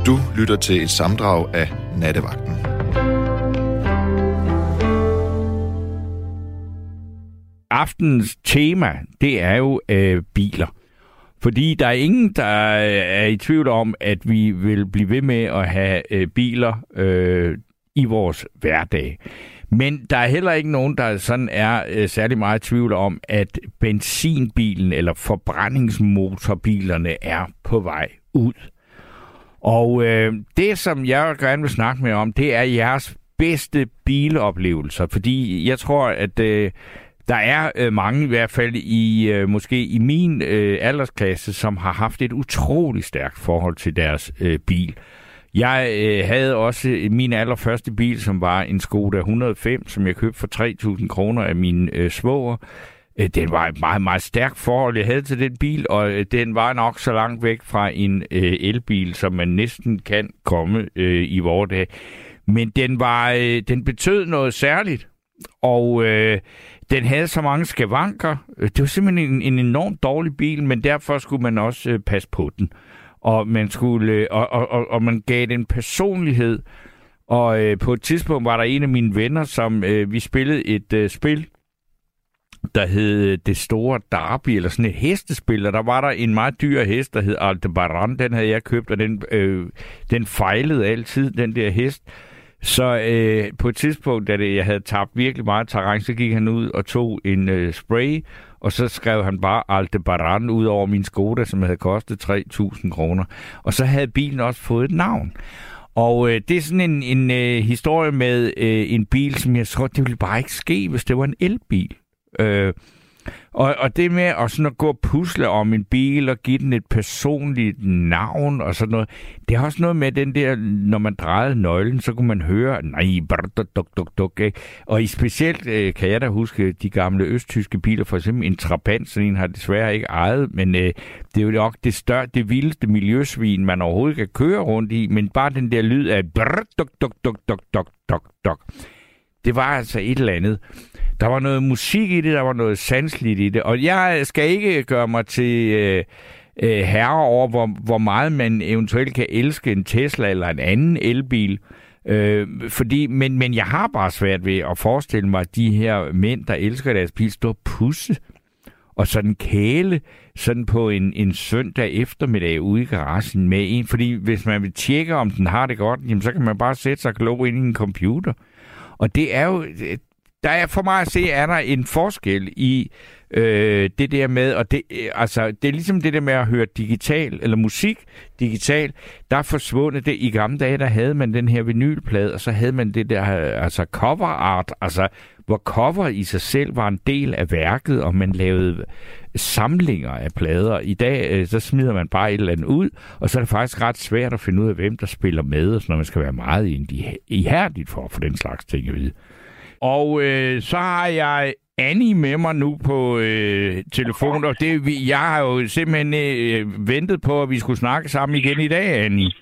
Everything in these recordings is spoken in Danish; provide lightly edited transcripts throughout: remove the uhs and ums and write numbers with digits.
Du lytter til et sammendrag af Nattevagten. Aftenens tema, det er jo biler. Fordi der er ingen, der er i tvivl om, at vi vil blive ved med at have biler i vores hverdag. Men der er heller ikke nogen, der sådan er særlig meget i tvivl om, at benzinbilen eller forbrændingsmotorbilerne er på vej ud. Og det, som jeg gerne vil snakke med om, det er jeres bedste biloplevelser. Fordi jeg tror, at der er mange, i hvert fald måske i min aldersklasse, som har haft et utroligt stærkt forhold til deres bil. Jeg havde også min allerførste bil, som var en Skoda 105, som jeg købte for 3.000 kroner af min svoger. Den var et meget, meget stærkt forhold, jeg havde til den bil, og den var nok så langt væk fra en elbil, som man næsten kan komme i vores dag. Men den betød noget særligt, og den havde så mange skavanker. Det var simpelthen en enormt dårlig bil, men derfor skulle man også passe på den. Og man skulle og man gav den personlighed. Og på et tidspunkt var der en af mine venner, som vi spillede et spil, der hed Det Store Derby, eller sådan et hestespil, og der var der en meget dyr hest, der hed Aldebaran. Den havde jeg købt, og den fejlede altid, den der hest. Så på et tidspunkt, da jeg havde tabt virkelig meget terræn, så gik han ud og tog en spray, og så skrev han bare Aldebaran ud over min Skoda, som havde kostet 3.000 kroner. Og så havde bilen også fået et navn. Og det er sådan en historie med en bil, som jeg tror, det ville bare ikke ske, hvis det var en elbil. Og det med at gå og pusle om en bil og give den et personligt navn og sådan noget, det er også noget med den der, når man drejede nøglen, så kunne man høre, og specielt kan jeg da huske de gamle østtyske biler, for eksempel en Trabant, sådan en har desværre ikke ejet, men det er jo nok det vildeste miljøsvin, man overhovedet kan køre rundt i, men bare den der lyd af det var altså et eller andet. Der var noget musik i det, der var noget sanseligt i det, og jeg skal ikke gøre mig til herre over, hvor meget man eventuelt kan elske en Tesla eller en anden elbil, men jeg har bare svært ved at forestille mig, at de her mænd, der elsker deres bil, står pusse og sådan kæle sådan på en søndag eftermiddag ude i garagen med en, fordi hvis man vil tjekke, om den har det godt, jamen, så kan man bare sætte sig og glo ind i en computer. Og det er jo, der er for mig at se, er der en forskel i det der med, og det er ligesom det der med at høre digital, eller musik digital, der er forsvundet det. I gamle dage, der havde man den her vinylplade, og så havde man det der, cover art, hvor cover i sig selv var en del af værket, og man lavede samlinger af plader. I dag, så smider man bare et eller andet ud, og så er det faktisk ret svært at finde ud af, hvem der spiller med, og så når man skal være meget ihærdigt for at få den slags ting at vide. Og så har jeg Annie med mig nu på telefon, og jeg har jo simpelthen ventet på, at vi skulle snakke sammen igen i dag, Annie.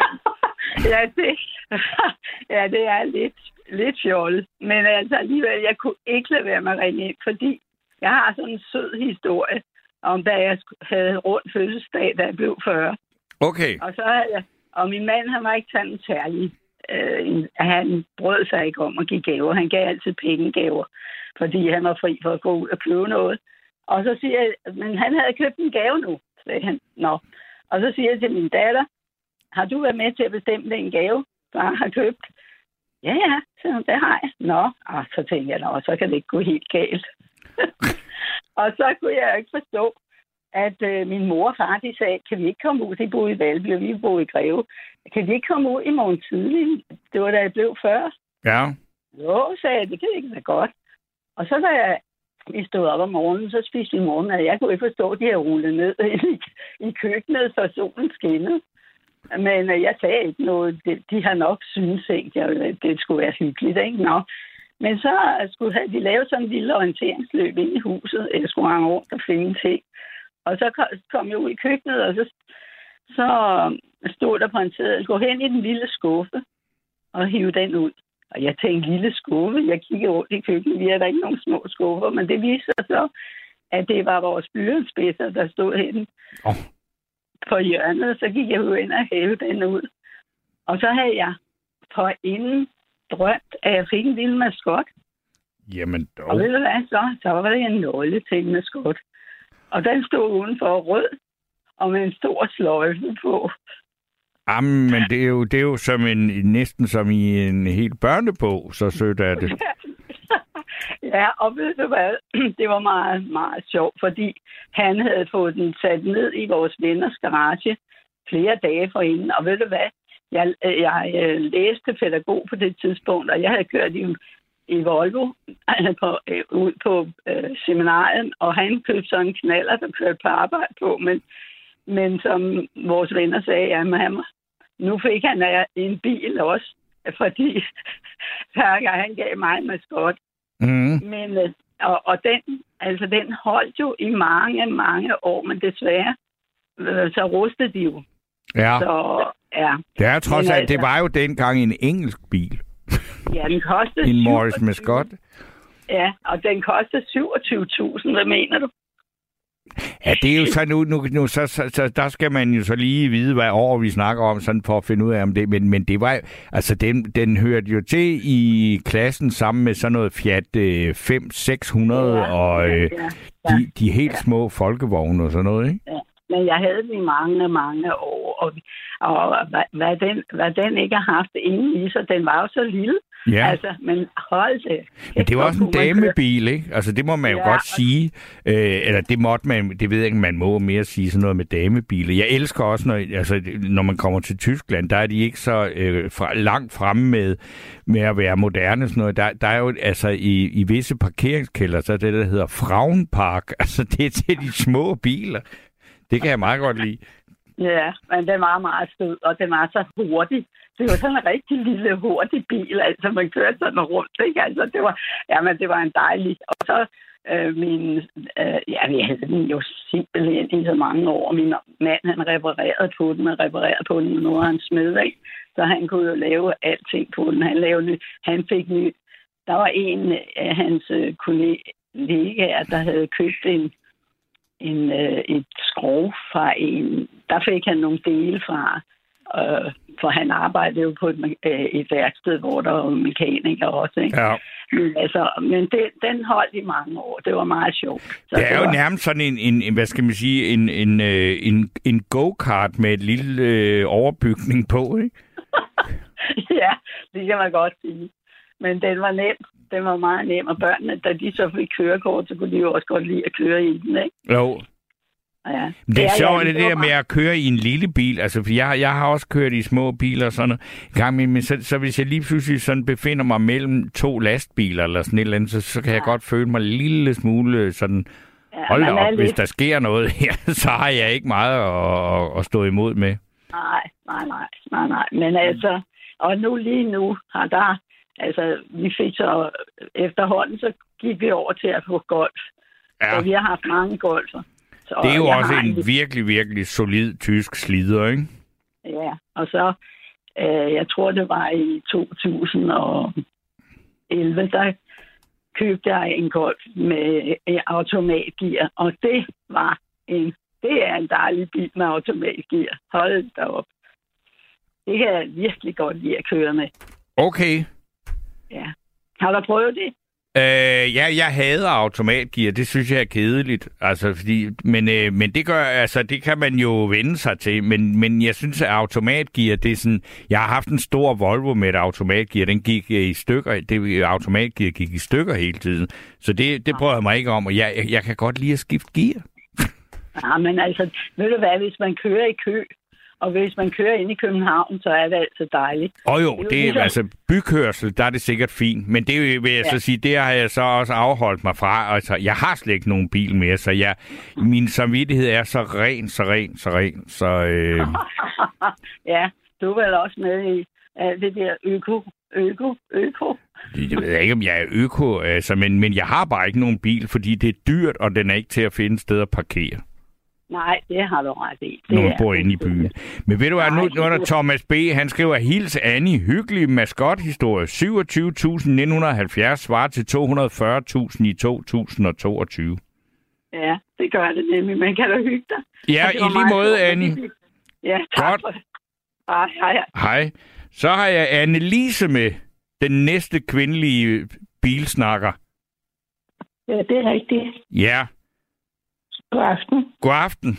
Det er lidt fjollet, men altså alligevel, jeg kunne ikke lade være med at ringe ind, fordi jeg har sådan en sød historie om, da jeg havde rundt fødselsdag, da jeg blev 40. Okay. Og min mand, han var ikke sådan særlig. Han brød sig ikke om at give gaver. Han gav altid pengegaver, fordi han var fri for at gå ud og købe noget. Og så siger jeg, men han havde købt en gave nu, sagde han. Nå. Og så siger jeg til min datter, har du været med til at bestemme den gave, far har købt? Ja, så det har jeg. Nå, og så tænkte jeg, så kan det ikke gå helt galt. Og så kunne jeg ikke forstå, at min mor og far, de sagde, kan vi ikke komme ud? De boede i Valby, og vi boede i Greve. Kan vi ikke komme ud i morgen tidlig? Det var da jeg blev 40. Ja. Jo, sagde jeg, det kan ikke være godt. Og så da vi stod op om morgenen, så spiste vi morgenmad. Jeg kunne ikke forstå, at de havde rullet ned i køkkenet, så solen skinnede. Men jeg sagde ikke noget. De har nok syntes ikke, at det skulle være hyggeligt, ikke? Nå. Men så skulle de lave sådan en lille orienteringsløb ind i huset. Jeg skulle range rundt og finde ting. Og så kom jeg ud i køkkenet, og så stod der på en seddel, gå hen i den lille skuffe og hive den ud. Og jeg tænkte, lille skuffe? Jeg kiggede rundt i køkkenet, vi havde der ikke nogen små skuffer, men det viste sig så, at det var vores blyantspidser, der stod henne på hjørnet. Så gik jeg jo ind og hævede den ud. Og så havde jeg forinden drømt, at jeg fik en lille maskot. Jamen dog. Og ved du hvad så? Så var det en nåle til en maskot. Og den stod udenfor rød, og med en stor sløjfe på. Jamen, men det er jo som næsten som i en helt børnebog, så sødt er det. Ja, og ved du hvad? Det var meget, meget sjovt, fordi han havde fået den sat ned i vores venners garage flere dage forinden. Og ved du hvad? Jeg læste pædagog på det tidspunkt, og jeg havde kørt i Volvo ud på seminariet, og han købte sådan en knaller, der kørte på arbejde på, men som vores venner sagde, jamen, nu fik han en bil også, fordi hver gang han gav mig en maskot. Men, og den holdt jo i mange, mange år, men desværre, så rustede de jo. Ja. Så, ja. Det er trods alt, det var jo dengang en engelsk bil. Ja, den kostede en Morris Mascot. Ja, og den kostede 27.000. Hvad mener du? Ja, det er jo så nu så der skal man jo så lige vide, hvad år vi snakker om, sådan for at finde ud af om det. Men det var altså, den hørte jo til i klassen sammen med sådan noget Fiat 500-600 og de helt små folkevogne og sådan noget, ikke? Ja. Men jeg havde den i mange, mange år, og hvad den ikke har haft inde i, så den var jo så lille. Ja. Altså, men hold det. Men det var også en damebil, ikke? Altså, det må man jo godt sige. Eller det måtte man, det ved jeg ikke, man må mere sige sådan noget med damebiler. Jeg elsker også, når man kommer til Tyskland, der er de ikke så langt fremme med at være moderne. Sådan noget. Der er jo, altså, i visse parkeringskælder, så er det, der hedder Frauenpark. Altså, det er til de små biler. Det kan jeg meget godt lide. Ja, men den var meget sød, og den var så hurtig. Det var sådan en rigtig lille, hurtig bil, altså man kørte sådan rundt, ikke? Altså, det var en dejlig. Og så vi havde den jo simpelthen i så mange år. Min mand, han reparerede på den, og nu er han smed, ikke? Så han kunne jo lave alting på den. Han fik ny. Der var en af hans kollegaer, der havde købt et skrov fra en. Der fik han nogle dele fra, for han arbejdede jo på et værksted, hvor der var mekaniker også, ikke? Ja. Men den holdt i mange år. Det var meget sjovt. Så det er jo nærmest sådan en hvad skal man sige, en go-kart med et lille overbygning på, ikke? Ja, det kan man godt sige. Men den var nem. Den var meget nem, og børnene, da de så fik kørekort, så kunne de jo også godt lide at køre i den, ikke? Jo. Ja. Det er sjovt, det der med at køre i en lille bil. Altså, for jeg har også kørt i små biler og sådan noget. Men så hvis jeg lige pludselig sådan befinder mig mellem to lastbiler eller sådan et eller andet, så kan jeg godt føle mig en lille smule sådan, hold da op, hvis der sker noget her, så har jeg ikke meget at stå imod med. Nej. Men altså, og lige nu har der. Altså, vi fik så efterhånden, så gik vi over til at få golf. Ja. Så vi har haft mange golfer. Så det er jo også en virkelig, virkelig solid tysk slider, ikke? Ja, og så, jeg tror det var i 2011, der købte jeg en golf med automatgear, og det er en dejlig bil med automatgear. Hold da op. Det kan jeg virkelig godt lide at køre med. Okay. Ja. Har du prøvet det? Jeg hader automatgear. Det synes jeg er kedeligt. Altså, men det gør, altså, det kan man jo vende sig til. Men jeg synes, at automatgear, det er sådan. Jeg har haft en stor Volvo med et automatgear. Den gik i stykker. Automatgear gik i stykker hele tiden. Så det prøver jeg mig ikke om. Og jeg kan godt lide at skifte gear. Ja, men altså, ved du hvad, hvis man kører i kø, og hvis man kører ind i København, så er det altid dejligt. Det er altså bykørsel, der er det sikkert fint. Men det vil jeg så sige, det har jeg så også afholdt mig fra. Altså, jeg har slet ikke nogen bil mere, så min samvittighed er så ren. Ja, du er vel også med i det der øko. Jeg ved ikke, om jeg er øko, altså, men jeg har bare ikke nogen bil, fordi det er dyrt, og den er ikke til at finde sted at parkere. Nej, det har du ret i. Når man bor inde i byen. Men ved du hvad, nu er der Thomas B., han skriver, hils Annie, hyggelig maskothistorie. 27.970 svarer til 240.000 i 2022. Ja, det gør det nemlig. Men kan du hygge dig? Ja, i lige måde, Annie. Ja, tak. Godt. Hej. Så har jeg Annelise med, den næste kvindelige bilsnakker. Ja, det er rigtigt. Ja. God aften. God aften.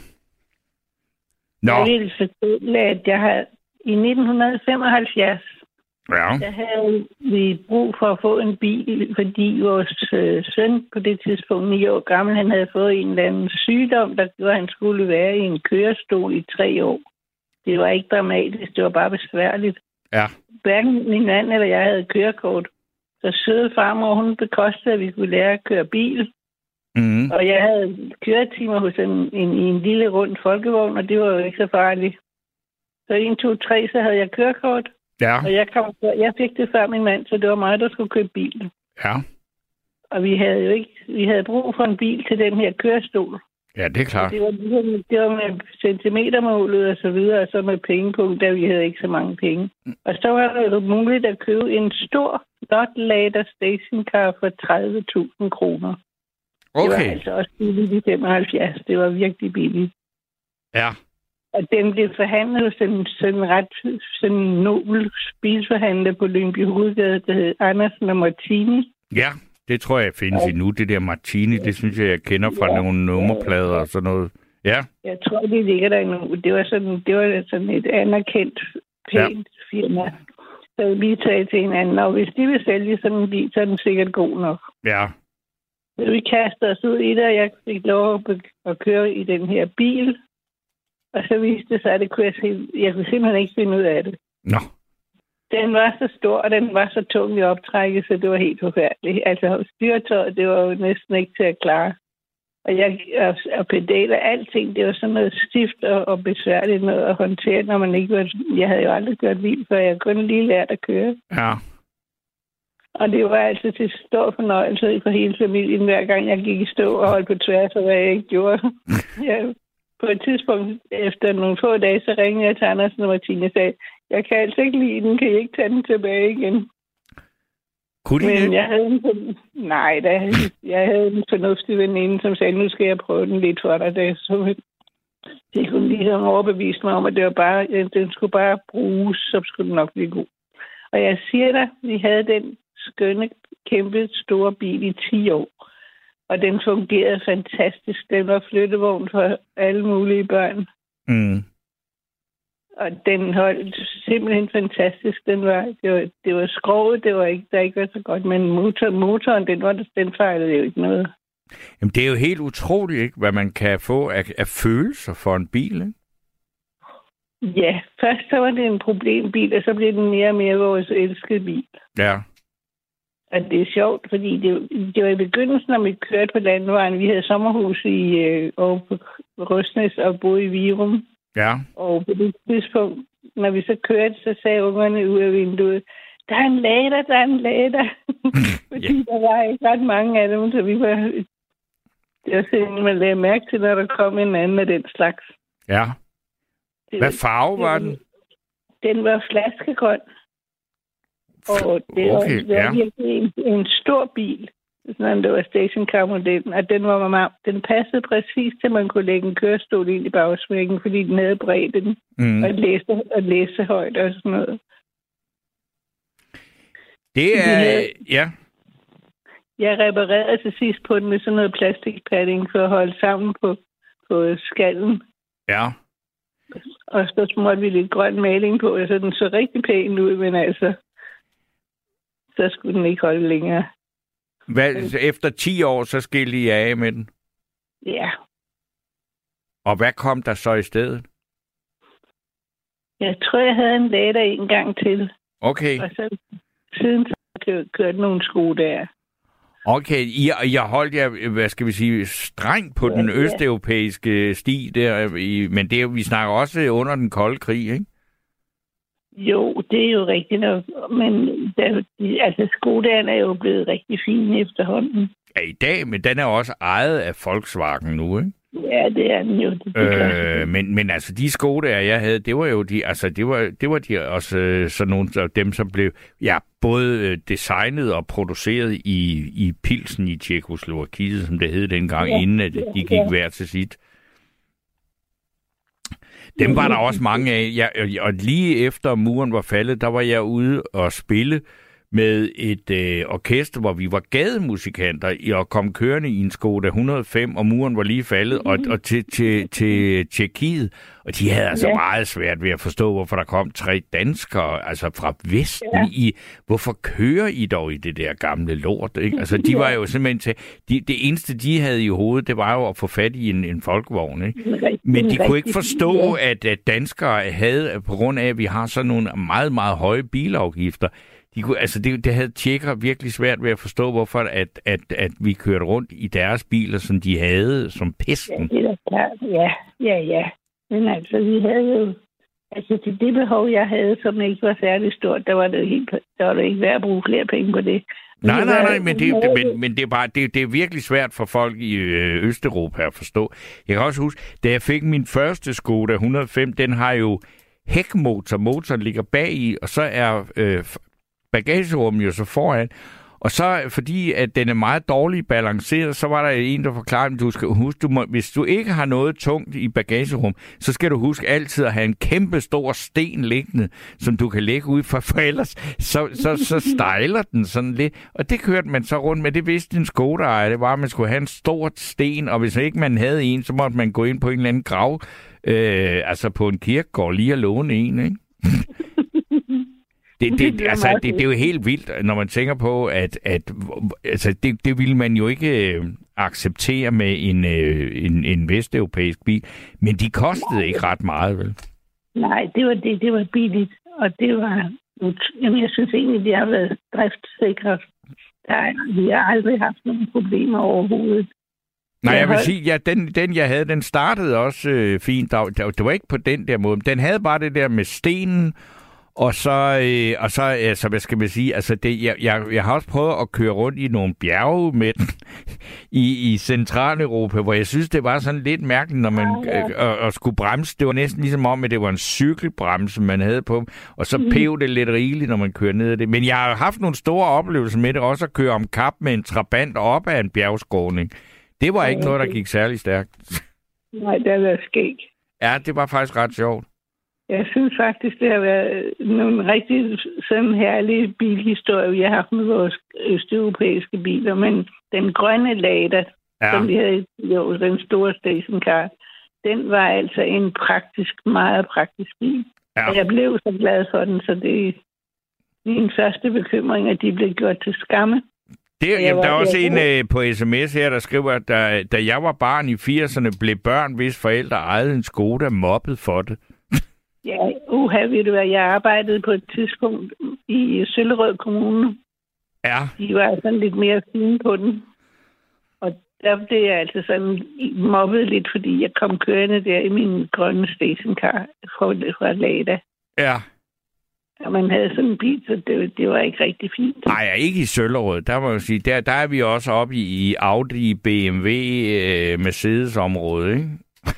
Nå. Jeg vil fortælle, at jeg har i 1975, der havde vi brug for at få en bil, fordi vores søn på det tidspunkt, 9 år gammel, han havde fået en eller anden sygdom, der gjorde, at han skulle være i en kørestol i 3 år. Det var ikke dramatisk, det var bare besværligt. Ja. Hverken min mand eller jeg havde kørekort. Så søde farmor, hun bekostede, at vi kunne lære at køre bil. Mm. Og jeg havde køretimer hos i en lille rund folkevogn, og det var jo ikke så farligt. Så 1, 2, 3, så havde jeg kørekort. Ja. Og jeg fik det før min mand, så det var mig, der skulle købe bilen. Ja. Og vi havde brug for en bil til den her kørestol. Ja, det er klart. Det var med centimetermålet og så videre, og så med pengepunkt, da vi havde ikke så mange penge. Og så var det jo muligt at købe en stor Lotlader stationcar for 30.000 kroner. Okay. Det var altså også billigt i 75. Det var virkelig billigt. Ja. Og den blev forhandlet hos sådan en nobel bilforhandler på Lyngby Hovedgade, der hed Andersen og Martini. Ja, det tror jeg findes endnu. Det der Martini, det synes jeg kender fra nogle nummerplader og sådan noget. Ja. Jeg tror, det ligger der endnu. Det var sådan et anerkendt, pænt firma. Så vi talte til hinanden, og hvis de vil sælge sådan en bil, så er den sikkert god nok. Ja. Så vi kastede os ud i det, og jeg fik lov at køre i den her bil. Og så viste det sig, at jeg kunne simpelthen ikke finde ud af det. Nå. Den var så stor, og den var så tung i optrækket, så det var helt forfærdeligt. Altså styretøjet, det var jo næsten ikke til at klare. Og pedaler, alting, det var sådan noget stift og besværligt noget at håndtere, når man ikke var... Jeg havde jo aldrig kørt bil, før jeg kun lige lært at køre. Ja. Og det var altså til stor fornøjelse for hele familien, hver gang jeg gik i stå og holdt på tværs af, hvad jeg ikke gjorde. På et tidspunkt, efter nogle få dage, så ringede jeg til Andersen og Martine og sagde, jeg kan altså ikke lide den, kan I ikke tage den tilbage igen? Kunne de Men jeg havde en fornuftig veninde, som sagde, nu skal jeg prøve den lidt for dig. Det kunne ligesom overbevise mig om, at det var bare, den skulle bare bruges, så skulle den nok blive god. Og jeg siger dig, vi havde den skønne, kæmpe store bil i 10 år. Og den fungerede fantastisk. Den var flyttevogn for alle mulige børn. Mm. Og den holdt simpelthen fantastisk. Det var skroget, der ikke var så godt. Men motoren, den fejlede jo ikke noget. Jamen, det er jo helt utroligt, ikke, hvad man kan få af følelser for en bil, ikke? Ja, først så var det en problembil, og så blev den mere og mere vores elskede bil. Ja. Og det er sjovt, fordi det var i begyndelsen, når vi kørte på landvejen. Vi havde sommerhus over på Røsnæs og boede i Virum. Ja. Og på det tidspunkt, når vi så kørte, så sagde ungerne ud af vinduet, der er en lader. Fordi der var ikke ret mange af dem, så vi var... Det var sådan, man lagde mærke til, når der kom en anden af den slags. Ja. Hvad farve var den? Den var flaskegrøn. Og det var virkelig en stor bil, sådan det var stationcar-modellen, og den passede præcis til, at man kunne lægge en kørestol ind i bagsmækken, fordi den havde bredden og læsehøjde og sådan noget. Det er... Ja. Jeg reparerede til sidst på den med sådan noget plastikpadding for at holde sammen på skallen. Ja. Og så måtte vi lidt grøn maling på, så den så rigtig pæn ud, men altså... så skulle den ikke holde længere. Efter 10 år, så skilte I af med den? Ja. Og hvad kom der så i stedet? Jeg tror, jeg havde en Lader en gang til. Okay. Og så siden så har jeg kørt nogle sko der. Okay, I holdt jer, hvad skal vi sige, strengt på den østeuropæiske sti der, men det, vi snakker også under den kolde krig, ikke? Jo, det er jo rigtigt nok, men Skodaen er jo blevet rigtig fin efterhånden. Ja, i dag, men den er også ejet af Volkswagen nu, ikke? Ja, det er den jo. Men altså, de Skodaer, jeg havde, det var jo det var de også sådan nogle af dem, som blev både designet og produceret i Pilsen i Tjekkoslovakiet, som det hed dengang, inden at de gik hver til sit. Dem var der også mange af. Og lige efter muren var faldet, der var jeg ude og spille med et orkester, hvor vi var gademusikanter og kom kørende i en Skoda 105, og muren var lige faldet, og til Tjekkiet. Og de havde altså meget svært ved at forstå, hvorfor der kom 3 danskere, altså fra Vesten hvorfor kører I dog i det der gamle lort, ikke? Altså, de var jo simpelthen det eneste, de havde i hovedet, det var jo at få fat i en folkevogn, ikke? Men de kunne ikke forstå, at danskere havde, på grund af, at vi har sådan nogle meget, meget høje bilafgifter, det havde tjekkere virkelig svært ved at forstå, hvorfor at vi kørte rundt i deres biler, som de havde som pesten. Ja, det er klart. Ja. Men altså, vi havde jo... Altså, til det behov, jeg havde, som ikke var særlig stort, der var det ikke værd at bruge flere penge på det. Nej, men det er virkelig svært for folk i Østeuropa at forstå. Jeg kan også huske, da jeg fik min første Skoda 105, den har jo hækmotor. Motoren ligger bag i, og så er bagagerummet jo så foran. Og så, fordi at den er meget dårligt balanceret, så var der en, der forklarede, at du skal huske, hvis du ikke har noget tungt i bagagerum, så skal du huske altid at have en kæmpe stor sten liggende, som du kan lægge ud for ellers så stejler den sådan lidt. Og det kørte man så rundt med. Det vidste en Skoda-ejer, det var, at man skulle have en stor sten, og hvis ikke man havde en, så måtte man gå ind på en eller anden grav, altså på en kirkegård, lige at låne en, ikke? Det er jo helt vildt, når man tænker på, at det ville man jo ikke acceptere med en vesteuropæisk bil, men de kostede ikke ret meget, vel? Nej, det var billigt, og det var... Jamen, jeg synes egentlig, de har været driftssikre. Vi har aldrig haft nogen problemer overhovedet. Nej, jeg vil sige, ja, den jeg havde, den startede også fint. Det var ikke på den der måde. Den havde bare det der med stenen. Og så altså, hvad skal man sige, altså jeg har også prøvet at køre rundt i nogle bjerge med den i Centraleuropa, hvor jeg synes, det var sådan lidt mærkeligt, når man og skulle bremse. Det var næsten ligesom om, at det var en cykelbremse, man havde på, og så pev det lidt rigeligt, når man kører ned ad det. Men jeg har haft nogle store oplevelser med det, også at køre om kap med en trabant op ad en bjergskråning. Det var ikke noget, der gik særlig stærkt. Nej, det har været skægt. Ja, det var faktisk ret sjovt. Jeg synes faktisk, det har været nogle rigtig sådan herlige bilhistorier, vi har haft med vores østeuropæiske biler. Men den grønne Lada, som vi havde den store stationcar, den var altså en meget praktisk bil. Ja. Og jeg blev så glad for den, så det er min første bekymring, at de blev gjort til skamme. Der er også en på sms her, der skriver, at da jeg var barn i 80'erne, blev børn, hvis forældre ejede en Skoda, mobbet for det. Ja, ved du hvad, jeg arbejdede på et tidspunkt i Søllerød Kommune. Ja. De var sådan lidt mere fine på den. Og der blev jeg altså sådan mobbet lidt, fordi jeg kom kørende der i min grønne stationcar fra Lada. Ja. Og man havde sådan en bil, så det var ikke rigtig fint. Nej, ikke i Søllerød. Der må jeg sige, der er vi også oppe i Audi, BMW, Mercedes-området, ikke?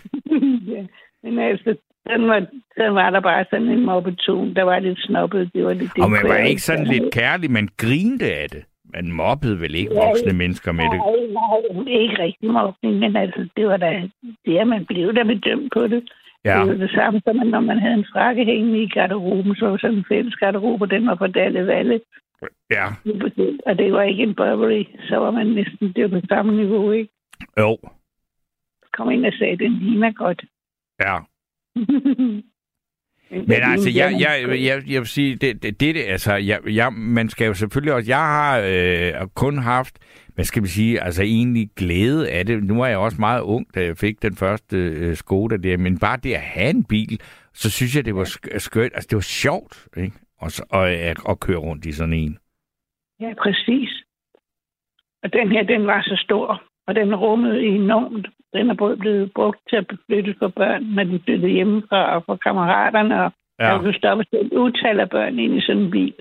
Ja, men altså... Den var der bare sådan en mobbetone, der var lidt snobbet. Det var lidt og man var ikke sådan lidt kærlig, man grinte af det. Man mobbede vel ikke voksne mennesker med det? Nej, ikke rigtig mobbning, men altså, det var da det, at man blev der bedømt på det. Ja. Det var det samme, som når man havde en frakke hængende i garderoben, så var sådan en fælles garderobe, og den var på Dalle Valle. Ja. Og det var ikke en Burberry, så var man næsten det på samme niveau, ikke? Jo. Kom ind og sagde, den ligner godt. Ja. Men altså, jeg vil sige, man skal jo selvfølgelig også, jeg har kun haft, hvad skal vi sige, altså egentlig glæde af det. Nu var jeg også meget ung, da jeg fik den første Skoda der, men bare det at have en bil, så synes jeg, det var skønt. Altså, det var sjovt, ikke? At køre rundt i sådan en. Ja, præcis. Og den her, den var så stor, og den rummede enormt. Den er både blevet brugt til at flytte for børn, når de flyttede hjemmefra og fra kammeraterne, og der kunne stoppe et utal af børn ind i sådan en bil.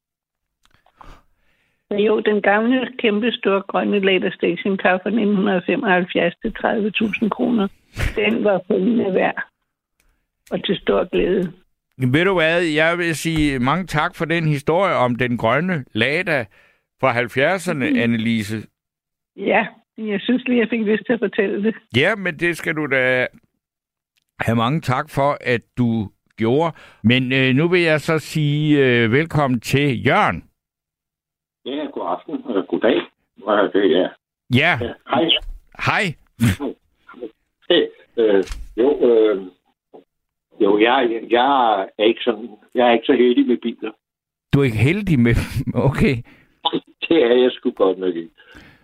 Så jo, den gamle, kæmpe store grønne Lada stationcar fra 1975 til 30.000 kroner, den var pengene værd, og til stor glæde. Ved du hvad, jeg vil sige mange tak for den historie om den grønne Lada fra 70'erne, Annelise. Ja. Jeg synes lige, jeg fik lyst til at fortælle det. Ja, men det skal du da Ja, mange tak for, at du gjorde. Men nu vil jeg så sige velkommen til Jørgen. Ja, god aften og god dag. Det er. Ja. Hej. Hej. Hey, jeg er ikke så heldig med biler. Du er ikke heldig med... Okay. Det er jeg sgu godt nok ikke.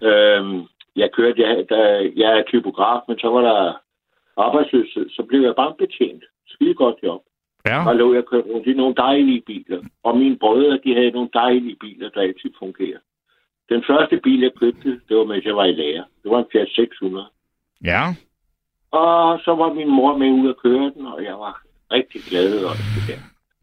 Jeg er typograf, men så var der arbejdsløshed, så blev jeg bankbetjent. Skide godt job. Ja. Og lå jeg kørte rundt i nogle dejlige biler. Og mine brødre, de havde nogle dejlige biler, der altid fungerer. Den første bil, jeg købte, det var, mens jeg var i lærer. Det var en Fiat 600. Ja. Og så var min mor med ud at køre den, og jeg var rigtig glad over det der.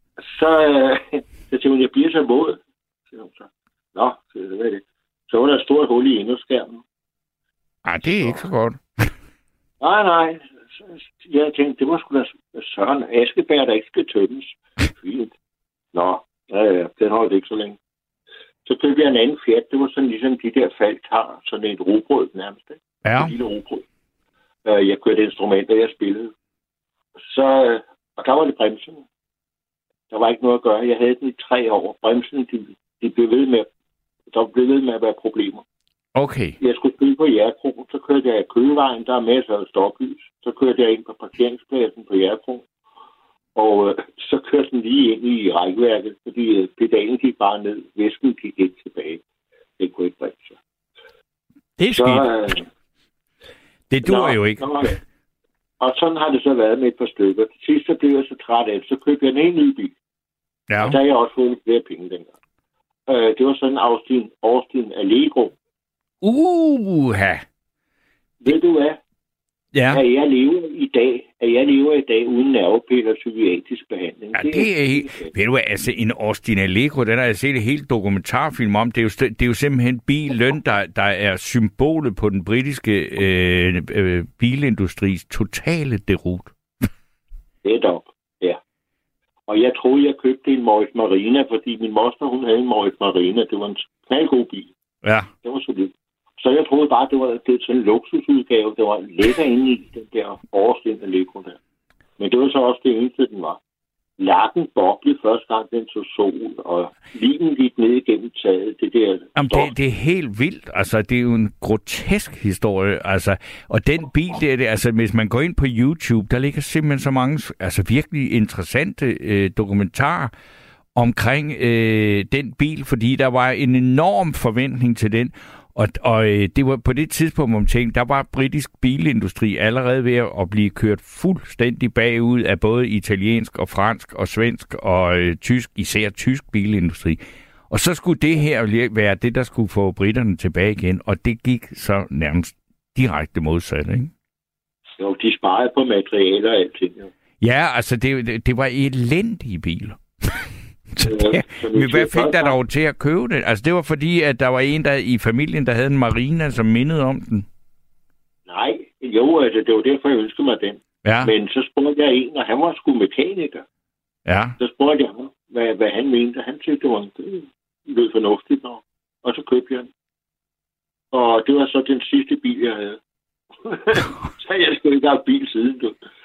Så tænkte hun, jeg bliver så våd. Nå, hvad er det? Så var der et stort hul i inderskærmen. Ej, det er ikke så godt. Nej. Jeg tænkte, det var sgu da Søren Askebær, der ikke skal tømmes. Fint. Nå, den holdt ikke så længe. Så købte jeg en anden Fiat. Det var sådan ligesom de der Falk har, sådan et rugbrød nærmest. Ja. Et lille rugbrød. Jeg kørte instrumenter, jeg spillede. Og der var det bremserne. Der var ikke noget at gøre. Jeg havde den i 3 år. Bremserne, de blev ved med, der blev ved med at være problemer. Okay. Jeg skulle spille på Jægerkro, så kørte jeg i Køgevejen, der er masser af stoplys. Så kørte jeg ind på parkeringspladsen på Jægerkro, og så kørte den lige ind i rækværket, fordi pedalen gik bare ned, væsken gik ikke tilbage. Det kunne ikke bringe sig. Det er skidt. Det dur jo ikke. Og sådan har det så været med et par stykker. Til sidst så blev jeg så træt af det, så købte jeg en helt ny bil. Ja. Og der har jeg også fået flere penge dengang. Det var sådan en Austin Allegro. Ved du hvad? Ja. At jeg lever i dag uden nervepiller og psykiatrisk behandling. Ja, det er helt... Ved du hvad, altså en Austin Allegro, den har jeg set et helt dokumentarfilm om. Det er jo simpelthen bilen, der er symbolet på den britiske bilindustris totale deroute. Det er dog, ja. Og jeg troede, jeg købte en Morris Marina, fordi min moster, hun havde en Morris Marina. Det var en knaldgod bil. Ja. Det var så lidt. Så jeg troede bare, det var sådan en luksusudgave. Det var lækker inde i den der Austin Allegro der. Men det var så også det eneste, den var. Lakken boblede første gang, den tog sol, og ligen gik ned igennem taget. Jamen, det er helt vildt. Altså, det er jo en grotesk historie. Altså, og den bil, altså, hvis man går ind på YouTube, der ligger simpelthen så mange virkelig interessante dokumentarer omkring den bil, fordi der var en enorm forventning til den. Og det var på det tidspunkt, man tænkte, der var britisk bilindustri allerede ved at blive kørt fuldstændig bagud af både italiensk og fransk og svensk og tysk, især tysk bilindustri. Og så skulle det her være det, der skulle få britterne tilbage igen, og det gik så nærmest direkte modsat, ikke? Jo, de sparede på materialer og alting, jo. Ja, altså det var elendige biler. Men hvad fik der dog til at købe det? Altså det var fordi, at der var en der i familien, der havde en Marina, som mindede om den? Nej, jo, altså det var derfor, jeg ønskede mig den. Ja. Men så spurgte jeg en, og han var sgu mekaniker. Ja. Så spurgte jeg ham, hvad han mente. Han syntes, det var lød fornuftigt nok. Og så købte jeg den. Og det var så den sidste bil, jeg havde. Så jeg skulle ikke have bil siden.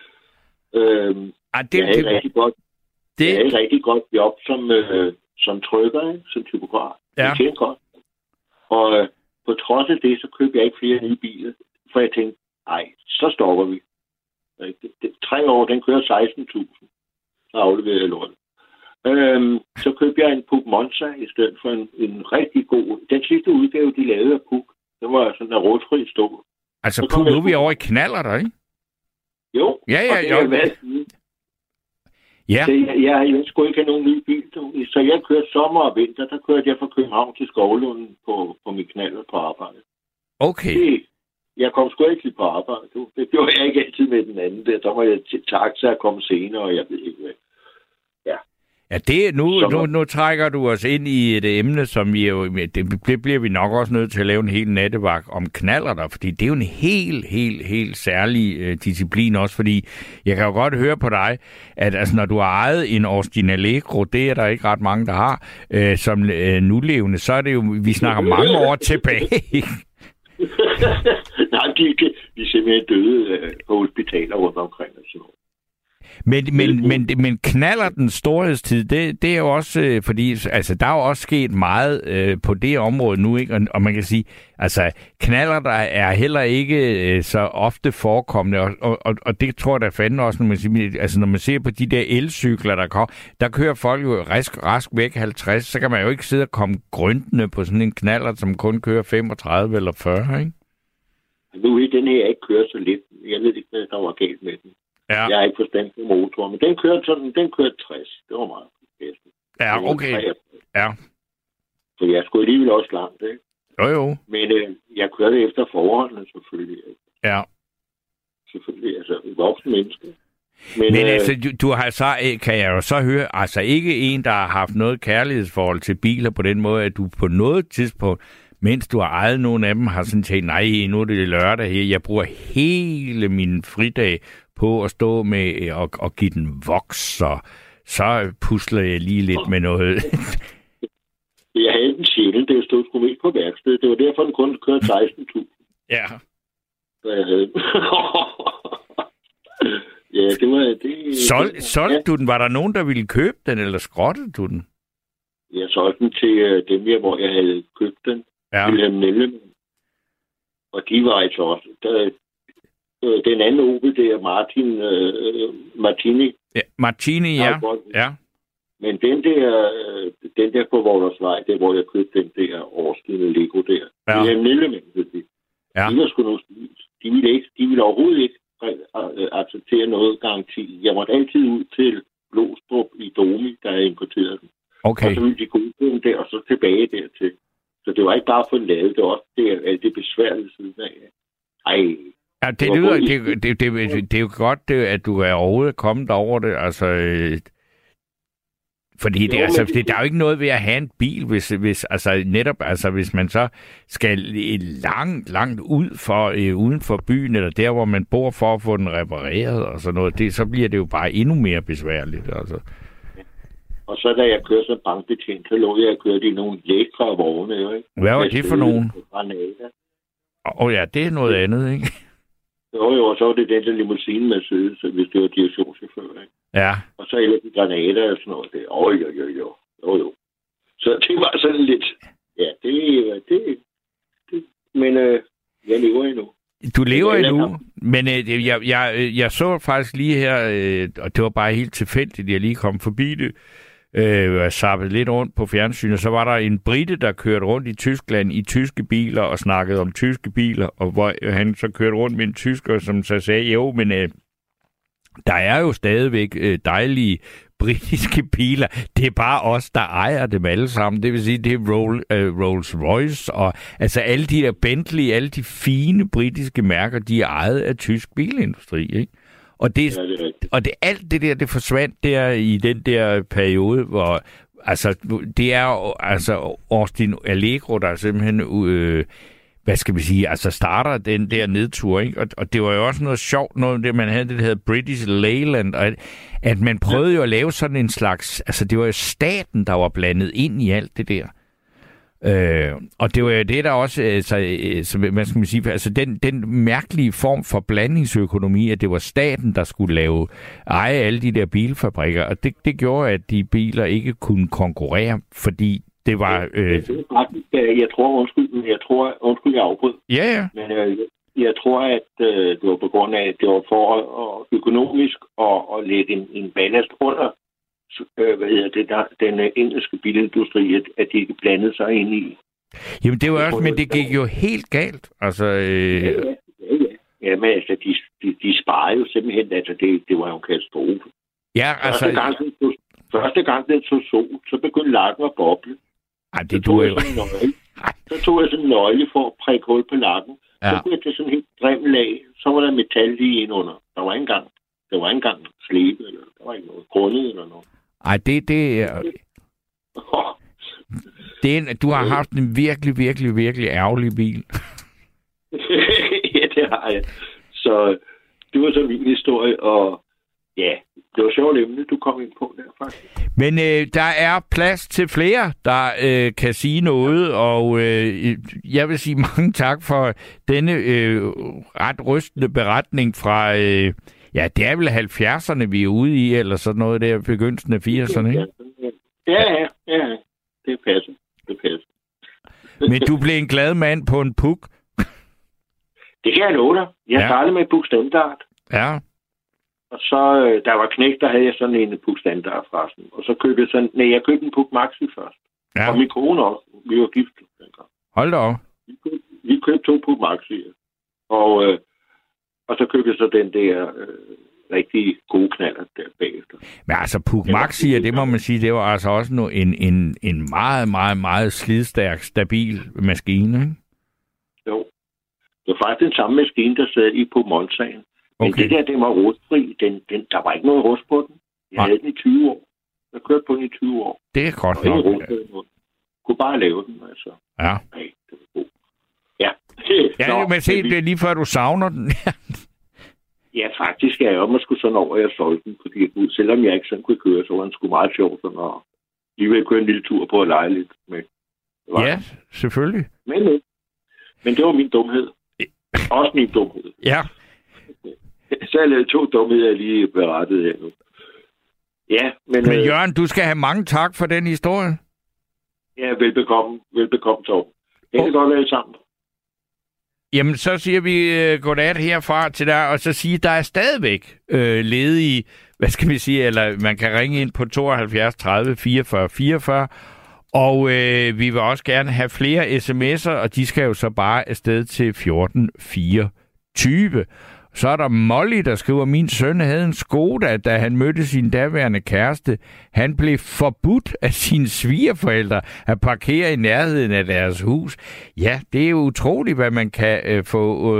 Jeg havde rigtig godt. Det er et rigtig godt job som trykker, som typograf. Ja. Det tjener godt. Og på trods af det, så købte jeg ikke flere nye biler. For jeg tænkte, nej, så stopper vi. 3 år, den kører 16.000. Så afleverede jeg lort. Så købte jeg en Puch Monza i stedet for en rigtig god... Den sidste udgave, de lavede af Puch, den var sådan en rødfri stål. Altså Puch, nu er vi over i knaller der, ikke? Jo. Ja. Ja. Så jeg skulle ikke have nogen ny bil. Så jeg kørte sommer og vinter, der kørte jeg fra København til Skovlunden på min knaller på arbejde. Okay. Jeg kom sgu ikke lige på arbejde. Det gjorde jeg ikke altid med den anden der. Der var jeg til taxa og komme senere, og jeg ved ikke hvad. Ja, nu trækker du os ind i et emne, som vi jo... Det bliver vi nok også nødt til at lave en hel nattevagt om knaller der, fordi det er jo en helt særlig disciplin også, fordi jeg kan jo godt høre på dig, at altså, når du har ejet en Austin Allegro, det er der ikke ret mange, der har, som nulevende, så er det jo... Vi snakker mange år tilbage. Nej, de er simpelthen døde på hospitaler rundt omkring og sådan noget. Men knaller den storhedstid, det er jo også, fordi altså, der er jo også sket meget på det område nu, ikke? Og man kan sige, altså knaller der er heller ikke så ofte forekommende, og det tror jeg da fandme også, når man ser på de der elcykler, der kører folk jo rask væk 50, så kan man jo ikke sidde og komme grøntende på sådan en knaller, som kun kører 35 eller 40, ikke? Nu er den her ikke kører så lidt. Jeg ved ikke, hvad der var galt med den. Ja. Jeg har ikke forstand på motor, men den kørte 60. Det var meget bedst. Ja, okay. Ja. Så jeg skulle alligevel også langt, ikke? Jo. Men jeg kørte efter forholdene, selvfølgelig. Ja. Selvfølgelig, altså voksne mennesker. Men altså, du har så, kan jeg jo så høre, altså ikke en, der har haft noget kærlighedsforhold til biler på den måde, at du på noget tidspunkt, mens du har ejet nogle af dem, har sådan tænkt, nej, nu er det lørdag her, jeg bruger hele min fridag på at stå med og give den voks, og så pusler jeg lige lidt med noget. Jeg havde den sjældent, det stod sgu ikke på værkstedet. Det var derfor, den kun kørte 16.000. Ja. Så jeg havde den. Ja, det var det. Solgte du den? Var der nogen, der ville købe den, eller skrottede du den? Jeg solgte den til dem her, hvor jeg havde købt den. Ja. Og de var altså også... den anden Opel, det er Martini. Ja, Martini, ja. Men den der på Vordersvej, der hvor jeg købte den der overskidende Lego der. Ja. De havde Nellemann, de var sgu noget stilt. De ville overhovedet ikke acceptere noget garanti. Jeg måtte altid ud til Glostrup i Domi, der havde importeret den. Okay. Og så ville de gå ud den der, og så tilbage dertil. Så det var ikke bare for en lade, det var også alt det besværlige siden af. Ej. Ja, det er jo godt, at du er overhovedet kommet over det, altså... Fordi der er jo ikke noget ved at have en bil, hvis man så skal langt uden for byen, eller der, hvor man bor, for at få den repareret og sådan noget, så bliver det jo bare endnu mere besværligt. Altså. Og så da jeg kørte som bankbetjent, så lå jeg at køre i nogle lækre vogne. Ikke? Hvad var det for nogen? Ja, det er noget andet, ikke? Jo, og så var det den der limousine med søde, hvis det var direktionschauffør, ikke? Ja. Og så ellers de granater og sådan noget. Jo. Så det var sådan lidt... Ja, det men jeg lever endnu. Du lever endnu, men jeg så faktisk lige her, og det var bare helt tilfældigt, jeg lige kom forbi det, og zappede lidt rundt på fjernsynet, så var der en brite, der kørte rundt i Tyskland i tyske biler og snakkede om tyske biler, og hvor han så kørte rundt med en tysker, som så sagde, jo, men der er jo stadigvæk dejlige britiske biler. Det er bare os, der ejer dem alle sammen. Det vil sige, det er Rolls-Royce og altså alle de der Bentley, alle de fine britiske mærker, de er ejet af tysk bilindustri, ikke? Og alt det der, det forsvandt der i den der periode, hvor altså det er jo altså Austin Allegro, der simpelthen hvad skal vi sige, altså starter den der nedtur, ikke? Og det var jo også noget sjovt, noget det man havde, det hedder British Leyland, og at man prøvede jo at lave sådan en slags, altså det var jo staten, der var blandet ind i alt det der. Og det var jo det, der også, altså, hvad skal man sige, altså den mærkelige form for blandingsøkonomi, at det var staten, der skulle eje alle de der bilfabrikker, og det gjorde, at de biler ikke kunne konkurrere, fordi det var... Jeg tror, jeg afbrød. Ja. Men jeg tror, at det var på grund af, at det var for økonomisk at lægge en ballast under den engelske bilindustri, at de ikke blandede sig ind i. Jamen det var også, men det gik jo helt galt. Altså, Ja, men altså, de sparede jo simpelthen, altså det var jo en katastrofe. Ja, altså... Første gang det tog sol, så begyndte lakken at boble. Ej, det tog jo... Så tog jeg sådan en nøgle for at prikke hul på lakken. Ja. Så kunne jeg til sådan en helt grim lag. Så var der metal lige ind under. Der var ikke engang slæbe, eller der var ikke noget grundet eller noget. Ej, du har haft en virkelig, virkelig, virkelig ærgerlig bil. Ja, det har jeg. Så det var så min historie, og ja, det var sjovt emne, du kom ind på der, faktisk. Men der er plads til flere, der kan sige noget, og jeg vil sige mange tak for denne ret rystende beretning fra Ja, det er vel 70'erne, vi er ude i, eller sådan noget der, begyndelsen af 80'erne, ikke? Ja. Det passer. Men du blev en glad mand på en puk. Det kan jeg love dig. Jeg startede med Puk Standard. Ja. Og så, der var knæk, der havde jeg sådan en Puk Standard frasen. Og så købte jeg købte en Puk Maxi først. Ja. Og min kone også. Vi var gift. Hold da op. Vi købte 2 Puk Maxi. Og så købte jeg så den der rigtig gode knaller der bagefter. Men altså Puk Maxi, det må man sige, det var altså også en meget, meget, meget slidstærk, stabil maskine, ikke? Jo. Det var faktisk den samme maskine, der sad i på Monsagen. Men det der, den var rustfri. Der var ikke noget rust på den. Jeg havde den i 20 år. Jeg kørte på den i 20 år. Det er godt nok. Jeg kunne bare lave den, altså. Ja. Nej, det var god. Ja. Ja, men se, det er lige før du savner den. Ja, faktisk er jeg også måske sådan over, at jeg solgte den. Fordi selvom jeg ikke sådan kunne køre, så var den sgu meget sjov. Sådan at lige ville køre en lille tur på at lege lidt med. Ja, selvfølgelig. Men det var min dumhed. Også min dumhed. Ja. Så har jeg lavet 2 dumheder, jeg lige berettede her nu. Ja, men Jørgen, du skal have mange tak for den historie. Ja, velbekomme, Torben. Det kan godt lade sammen. Jamen, så siger vi godnat herfra til dig, og så siger, der er stadigvæk ledige, hvad skal vi sige, eller man kan ringe ind på 72 30 44 44, og vi vil også gerne have flere sms'er, og de skal jo så bare afsted til 1424. Så er der Molly, der skriver, min søn havde en Skoda, da han mødte sin daværende kæreste. Han blev forbudt af sine svigerforældre at parkere i nærheden af deres hus. Ja, det er jo utroligt, hvad man kan få,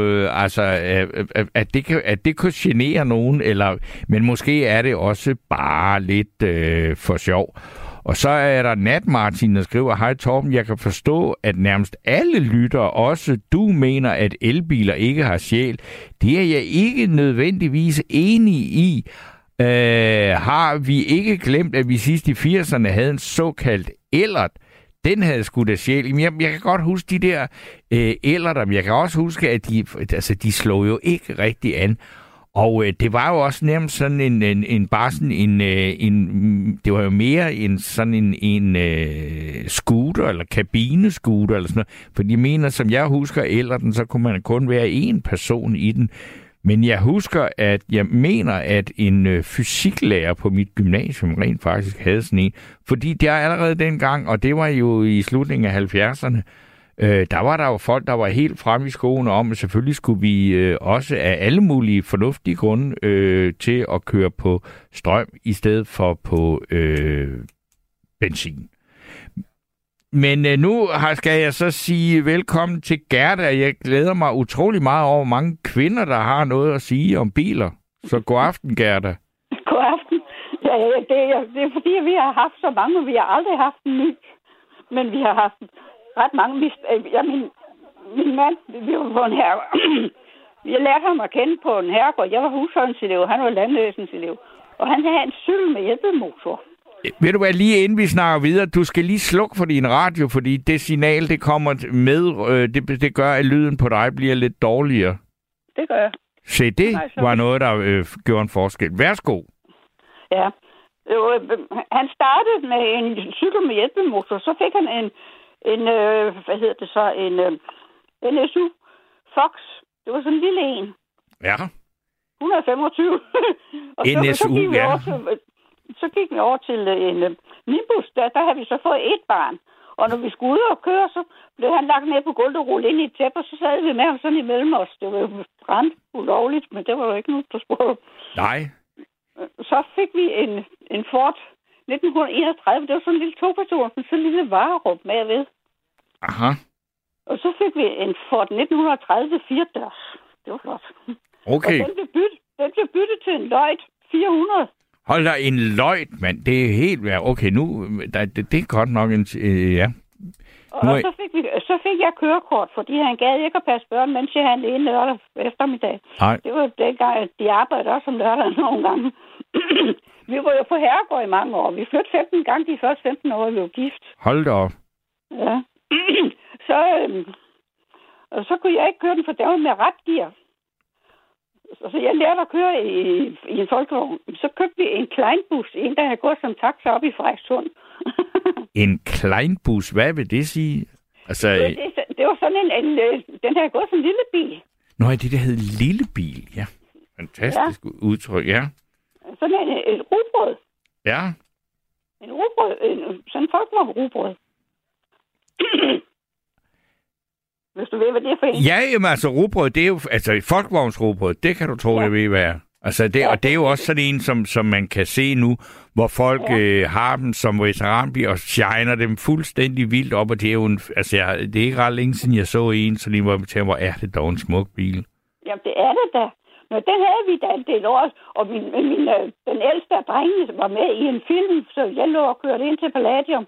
at det kan genere nogen, men måske er det også bare lidt for sjov. Og så er der Nat Martin, der skriver, hej Torben, jeg kan forstå, at nærmest alle lyttere, også du mener, at elbiler ikke har sjæl. Det er jeg ikke nødvendigvis enig i. Har vi ikke glemt, at vi sidst i 80'erne havde en såkaldt Ellert? Den havde sgu da sjæl. Jeg kan godt huske de der Ellerter, men jeg kan også huske, at de slog jo ikke rigtig an. Og det var jo også nærmest sådan det var jo mere en sådan en scooter, eller kabinescooter, eller sådan noget. For de mener, som jeg husker Ellerten, så kunne man kun være én person i den. Men jeg mener, at en fysiklærer på mit gymnasium rent faktisk havde sådan en. Fordi det er allerede dengang, og det var jo i slutningen af 70'erne, der var der jo folk, der var helt fremme i skoene om, at selvfølgelig skulle vi også af alle mulige fornuftige grunde til at køre på strøm i stedet for på benzin. Men nu skal jeg så sige velkommen til Gerda. Jeg glæder mig utrolig meget over mange kvinder, der har noget at sige om biler. Så god aften, Gerda. God aften. Ja, det er fordi, vi har haft så mange, vi har aldrig haft en ny. Men vi har haft ret mange. Min mand, vi var på en herregård. Jeg lærte ham at kende på en herregård. Jeg var husholdningselev, han var landløsningselev. Og han havde en cykel med hjælpemotor. Ved du hvad, lige inden vi snakker videre, du skal lige slukke for din radio, fordi det signal, det kommer med, det gør, at lyden på dig bliver lidt dårligere. Det gør jeg. Se, det var noget, der gjorde en forskel. Værsgo. Ja. Han startede med en cykel med hjælpemotor, så fik han en NSU Fox. Det var sådan en lille en. Ja. 125. Og så gik vi over til en Nimbus. Der havde vi så fået et barn. Og når vi skulle ud og køre, så blev han lagt ned på gulvet og rullet ind i et tæppe, og så sad vi med ham sådan imellem os. Det var jo brændt ulovligt, men det var jo ikke noget, der spurgte. Nej. Så fik vi en Ford 1931. Det var sådan en lille toperson, sådan en lille varerum med ved. Aha. Og så fik vi en Ford 1930 4-dørs. Det var flot. Okay. Og den blev byttet til en Lloyd 400. Hold da, en Lloyd, mand. Det er helt værd. Okay, nu... Det er godt nok en... ja. Og så fik jeg kørekort, fordi han gad ikke at passe børn, mens jeg havde en lørdag eftermiddag. Nej. Det var dengang, at de arbejdede også om lørdagen nogle gange. Vi var jo på herregård i mange år. Vi flyttede 15 gange de første 15 år, vi var gift. Hold da op. Ja. Så kunne jeg ikke køre den, for der var med retgear. Så jeg lærte at køre i en folkevogn. Så købte vi en kleinbus, en der havde gået som taxa op i Frederikssund. En kleinbus, hvad vil det sige? Altså, det var sådan den havde gået som en lille bil. Nå, det der hed lille bil, ja. Fantastisk udtryk, ja. Sådan et rugbrød. Ja. En rugbrød, sådan en folkevogn rugbrød. Hvis du ved, hvad det er for en. Ja, jamen, altså rugbrød, det er jo, altså folkevognsrugbrød, det kan du tro, jeg ved, hvad er. Altså, og det er jo også sådan en, som man kan se nu, hvor folk har dem som veteranbil og shiner dem fuldstændig vildt op, og det er jo det er ikke ret længe siden, jeg så en, så lige var jeg til, hvor er det dog en smuk bil. Jamen, det er det da. Nå, den havde vi da en del år, og den ældste af drengene var med i en film, så jeg lå og kørte ind til Palladium.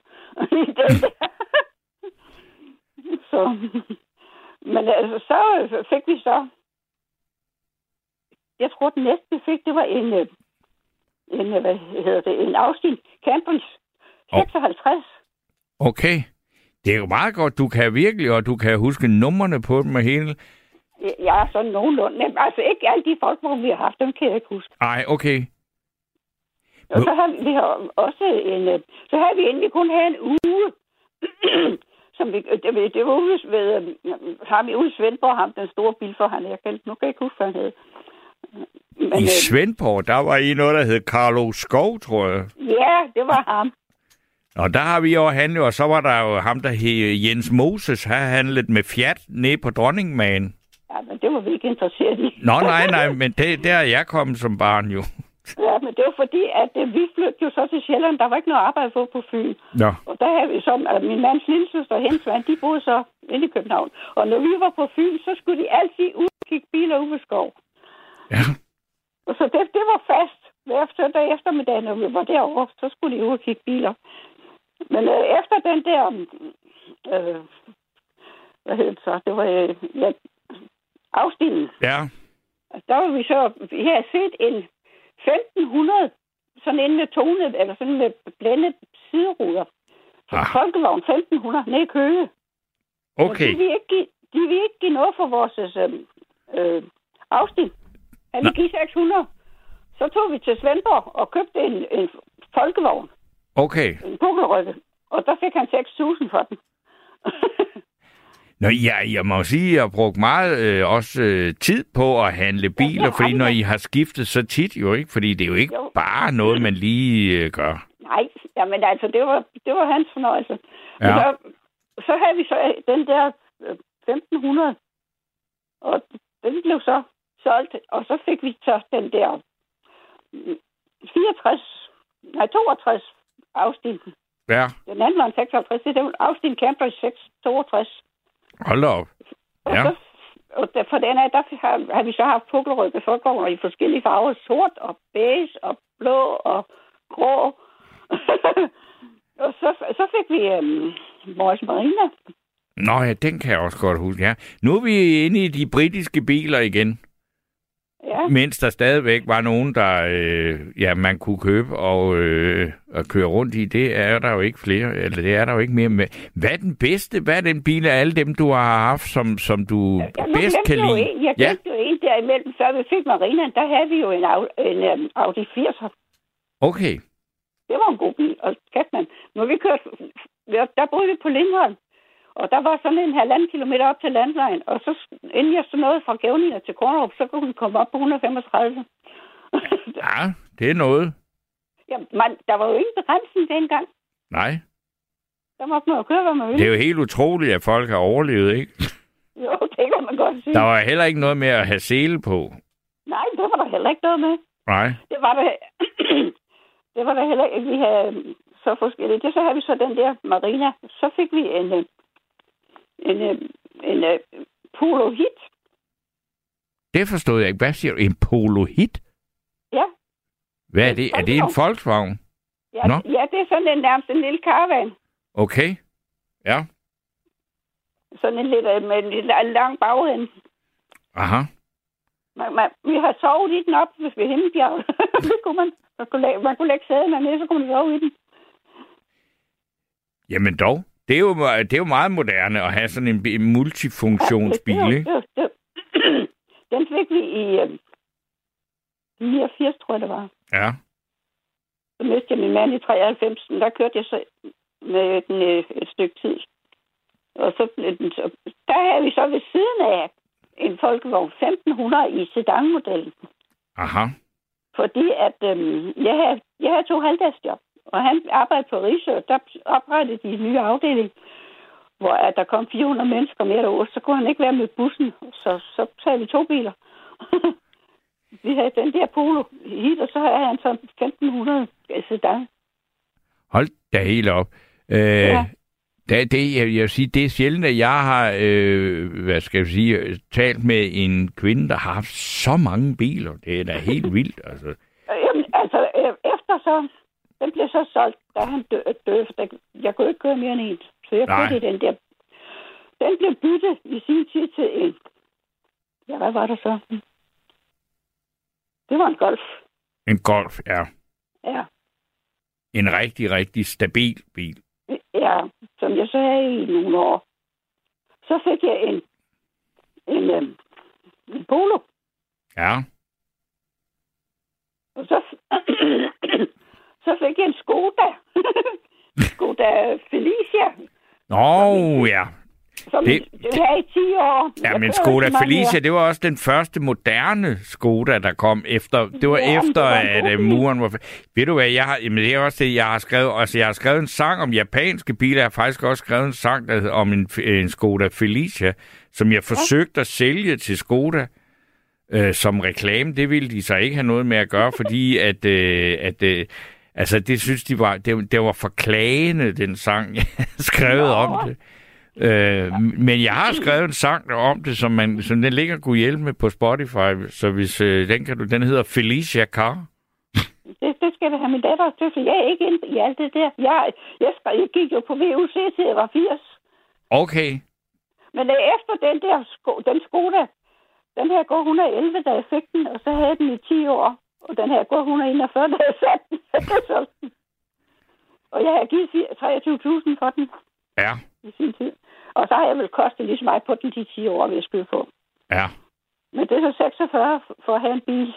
Så, men altså, så fik vi så, jeg tror, den næste vi fik, det var en Austin Campus 56. Okay. Det er jo meget godt, du kan virkelig, og du kan huske numrene på dem og hele. Ja, sådan nogenlunde. Men altså ikke alle de folk, hvor vi har haft, dem kan jeg ikke huske. Nej, okay. Og så har vi også så har vi egentlig kun have en uge, som det var ude ved, har vi ude i Svendborg, ham den store bilforhandler, jeg kaldte, nu kan jeg ikke huske, hvad han hed. Men, i Svendborg, der var I noget, der hed Carlo Skov, tror jeg. Ja, det var ham. Og der har vi jo handlet, og så var der jo ham, der hed Jens Moses, har handlet med Fiat ned på Dronningmagen. Ja, men det var vi ikke interesseret i. Nå, nej, men det er jeg kommet som barn jo. Ja, men det var fordi, at vi flyttede jo så til Sjælland. Der var ikke noget arbejde på Fyn. Ja. Og der havde vi så, at min mands lillesøster og hendes mand, de boede så inde i København. Og når vi var på Fyn, så skulle de altid ud og kigge biler ude ved skov. Ja. Og så det var fast. Hver søndag eftermiddag, når vi var derovre, så skulle de ud og kigge biler. Men efter den der, hvad hed det så? Det var afstillingen. Ja. Der var vi så, vi havde set en 1500, sådan en med tonet, eller sådan med blændet sideruder. Folkevogn 1500, ned i Køge. Okay. De vil ikke give noget for vores afstil. Han vil give 600. Så tog vi til Svendborg og købte en folkevogn. Okay. En pukkelrykke. Og der fik han 6.000 for den. Nå, ja, jeg må sige, at jeg har brugt meget tid på at handle biler, fordi når I har skiftet så tit jo ikke, fordi det er jo ikke bare noget, man lige gør. Nej, jamen altså, det var hans fornøjelse. Ja. Så havde vi så den der 1500, og den blev så solgt, og så fik vi så den der 62 afstilling. Ja. Den anden var en 56, det var afstilling Camper 662. Hold op. Ja. Og for den af, der har vi så haft pukkelrygge folkevogner i forskellige farver. Sort og beige og blå og grå. Og så fik vi Morris Marina. Nå ja, den kan jeg også godt huske, ja. Nu er vi inde i de britiske biler igen. Ja. Mens der stadigvæk var nogen, der man kunne købe og køre rundt i. Det er der jo ikke flere, eller det er der jo ikke mere med. Hvad er den bedste? Hvad er den bil af alle dem, du har haft, som du bedst kan lide? Jeg glemte jo en der imellem, før vi fik Marina. Der havde vi jo en Audi 80'er. Okay. Det var en god bil, og man. Når vi kørte, der boede vi på Lindholm. Og der var sådan en 1,5 kilometer op til landvejen, og så inden jeg så nåede fra Gævninger til Kornerup, så kunne vi komme op på 135. Ja, det er noget. Ja, der var jo ingen begrænsning dengang. Nej. Der måtte man jo køre, hvad man ville. Det er jo helt utroligt, at folk har overlevet, ikke? Jo, det kan man godt sige. Der var heller ikke noget med at have sele på. Nej, det var der heller ikke noget med. Nej. Det var der heller ikke. Vi havde så forskelligt. Så havde vi så den der Marina. Så fik vi en Polo Hit. Det forstod jeg ikke. Hvad siger du? En Polo Hit? Ja. Hvad er det? Er det en Volkswagen? Ja, ja, det er sådan nærmest en lille caravan. Okay. Ja. Sådan en lidt med en lille lang bagende. Aha. Vi har sovet i den op, hvis vi Himmelbjerg. Det kunne man. Man kunne lægge sæderne ned, så kunne man sove i den. Jamen dog. Det er jo meget moderne at have sådan en multifunktionsbil, ikke? Den fik vi 89, tror jeg, det var. Ja. Så mistede jeg min mand i 93. Der kørte jeg så med den et stykke tid. Og så blev den så... Der havde vi så ved siden af en folkevogn 1500 i sedanmodellen. Aha. Fordi at jeg havde 2 halvdagsjob. Og han arbejdede på Risø. Der oprettede de en ny afdeling, hvor at der kom 400 mennesker mere derude. Så kunne han ikke være med bussen. Så tager vi 2 biler. Vi havde den der Polo hit, og så havde han så 1500 sedan. Hold da helt op. Ja. Jeg vil sige, det er sjældent, at jeg har talt med en kvinde, der har haft så mange biler. Det er da helt vildt. Altså. Jamen, efter så, den blev så solgt, da han døde. Jeg kunne ikke køre mere end en. Så jeg købte den der. Den blev byttet i sin tid til en. Ja, hvad var der så? Det var en Golf. En Golf, ja. Ja. En rigtig, rigtig stabil bil. Ja, som jeg så havde i nogle år. Så fik jeg en Polo. Ja. Og så fik jeg en Skoda. Skoda Felicia. Ja. Som det havde i 10 år. Ja, men Skoda Felicia, det var også den første moderne Skoda, der kom efter. Det var efter, at muren var... Ved du hvad, det er også det, jeg har skrevet. Altså, jeg har skrevet en sang om japanske biler. Jeg har faktisk også skrevet en sang om en Skoda Felicia, som jeg forsøgte at sælge til Skoda som reklame. Det ville de så ikke have noget med at gøre, fordi altså, det synes de var... Det var for klagende, den sang, jeg skrevet om det. Men jeg har skrevet en sang om det, som den ligger kunne hjælpe med på Spotify, så hvis den hedder Felicia Car. Det skal du have min datter til, for jeg er ikke inde i alt det der. Jeg gik jo på VUC til jeg var 80. Okay. Men efter den Skoda, den her går 111, da jeg fik den, og så havde den i 10 år, og den her går 141, da jeg satte den. Og jeg har givet 23.000 for den. Ja. I sin tid. Og så har jeg vel kostet lige så meget på den de 10 år, vil jeg skyde på. Ja. Men det er så 46 for at have en bil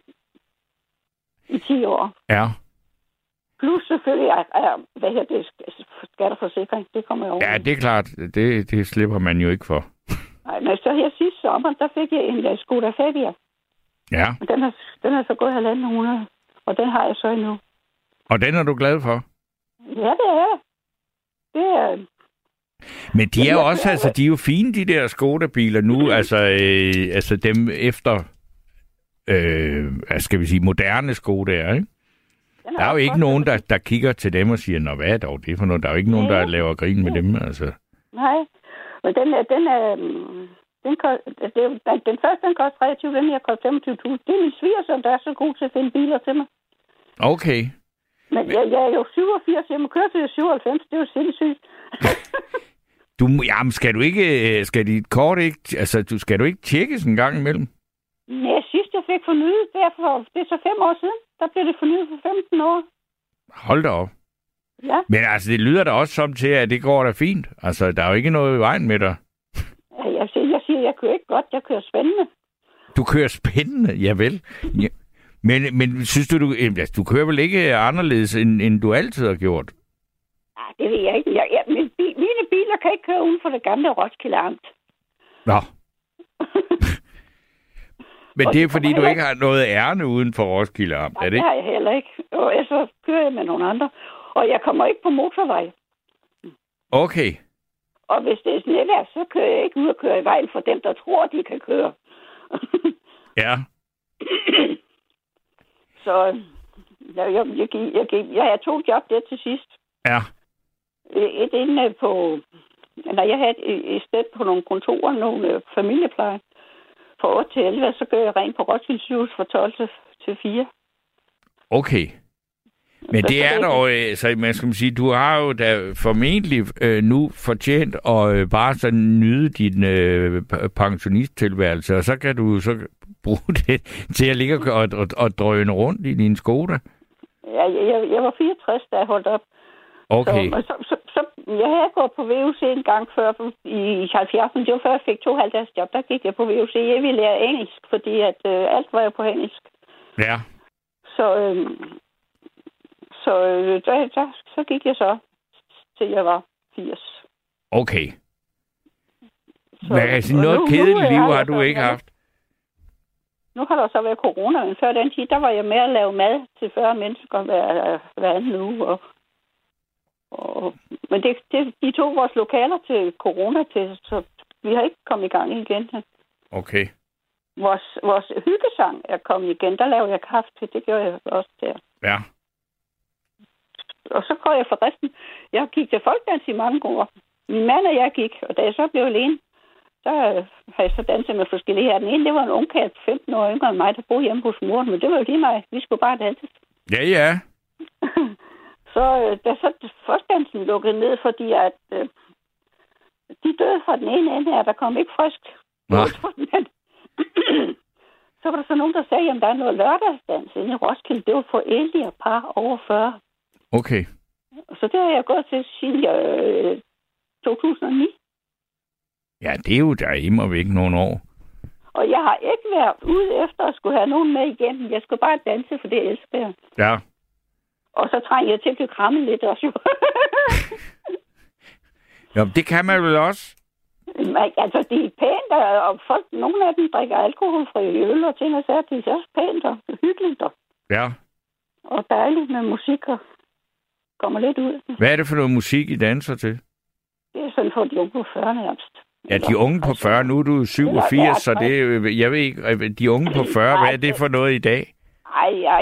i 10 år. Ja. Plus selvfølgelig, skat og forsikring, det kommer jeg over. Ja, det er klart. Det slipper man jo ikke for. Nej, men så her sidste sommer, der fik jeg en Skoda Fabia. Ja. Den er så gået 1.500, og den har jeg så endnu. Og den er du glad for? Ja, det er jeg. Det er... Men de er jo også, altså, de er jo fine, de der Skoda-biler nu, altså dem efter, skal vi sige, moderne Skodaer, ikke? Der er jo ikke nogen, der kigger til dem og siger, nå, hvad er dog det for noget? Der er jo ikke nogen, der laver grin med dem, altså. Nej, men den første, den koster 23, den her koster 25.000. Det er min svigersøn, der er så god til at finde biler til mig. Okay. Men jeg er jo 87, jeg må køre til 97, det er jo sindssygt. Jamen, skal dit kort ikke, altså, skal du ikke tjekkes en gang imellem? Nej, sidst jeg fik fornyet, det er så 5 år siden, der blev det fornyet for 15 år. Hold da op. Ja. Men altså, det lyder da også som til, at det går da fint. Altså, der er jo ikke noget i vejen med dig. Jeg siger, jeg kører ikke godt, jeg kører spændende. Du kører spændende, javel. Ja. Men synes du kører vel ikke anderledes, end du altid har gjort? Nej, det ved jeg ikke. Mine biler kan ikke køre uden for det gamle Roskilde Amt. Nå. Men det er fordi, du ikke har noget ærne uden for Roskilde Amt, er det ikke? Nej, det har jeg heller ikke. Og så kører jeg med nogle andre. Og jeg kommer ikke på motorvej. Okay. Og hvis det er snevejr, så kører jeg ikke ud og kører i vejen for dem, der tror, de kan køre. Ja. Så jeg tog et job der til sidst. Ja. Et inde på... Jeg havde et sted på nogle kontorer, nogle familiepleje. Fra 8 til 11, så gør jeg rent på Roskilde Sygehus fra 12 til 4. Okay. Men det er dog, så man skal sige, du har jo da formentlig nu fortjent at bare så nyde din pensionisttilværelse, og så kan du så bruge det til at ligge og drøne rundt i din Skoda. Ja, jeg var 64, da jeg holdt op. Okay. Så jeg havde gået på VUC en gang før i 70'erne. Det var før jeg fik 2 halvdags job. Der gik jeg på VUC. Jeg ville lære engelsk, fordi at alt var jo på engelsk. Ja. Så gik jeg så, til jeg var 80. Okay. Noget kedeligt liv har du ikke haft? Nu har der så været corona, men før den tid, der var jeg med at lave mad til 40 mennesker hver anden uge. Men de tog vores lokaler til corona-test, så vi har ikke kommet i gang igen. Okay. Vores hyggesang er kommet igen. Der laver jeg kaffe til. Det gjorde jeg også der. Ja. Og så går jeg for resten. Jeg gik til folkedans i mange år. Min mand og jeg gik, og da jeg så blev alene, så har jeg så danset med forskellige her. Den ene, det var en ungkald på 15 år yngre end mig, der boede hjemme hos moren, men det var jo lige mig. Vi skulle bare danse. Ja. Så da så folkedansen lukkede ned, fordi at de døde fra den ene ende her, der kom ikke frisk. Så var der så nogen, der sagde, at der er noget lørdagsdans inde i Roskilde. Det var for ældre par over 40. Okay. Så det har jeg gået til siden 2009. Ja, det er jo der immervæk nogle år. Og jeg har ikke været ude efter at skulle have nogen med igennem. Jeg skulle bare danse, for det elsker jeg. Ja. Og så trænger jeg til at blive krammet lidt også. Jo, det kan man vel også? Altså, det er pænt, og folk, nogle af dem drikker alkoholfri øl og ting og sager. Det er også pænt og hyggeligt. Ja. Og dejligt med musik og kommer lidt ud. Hvad er det for noget musik, I danser til? Det er sådan for de unge på 40 nærmest. Ja, de unge på 40, nu er du 87, så det, jeg ved ikke, de unge på 40, hvad er det for noget i dag? Ej,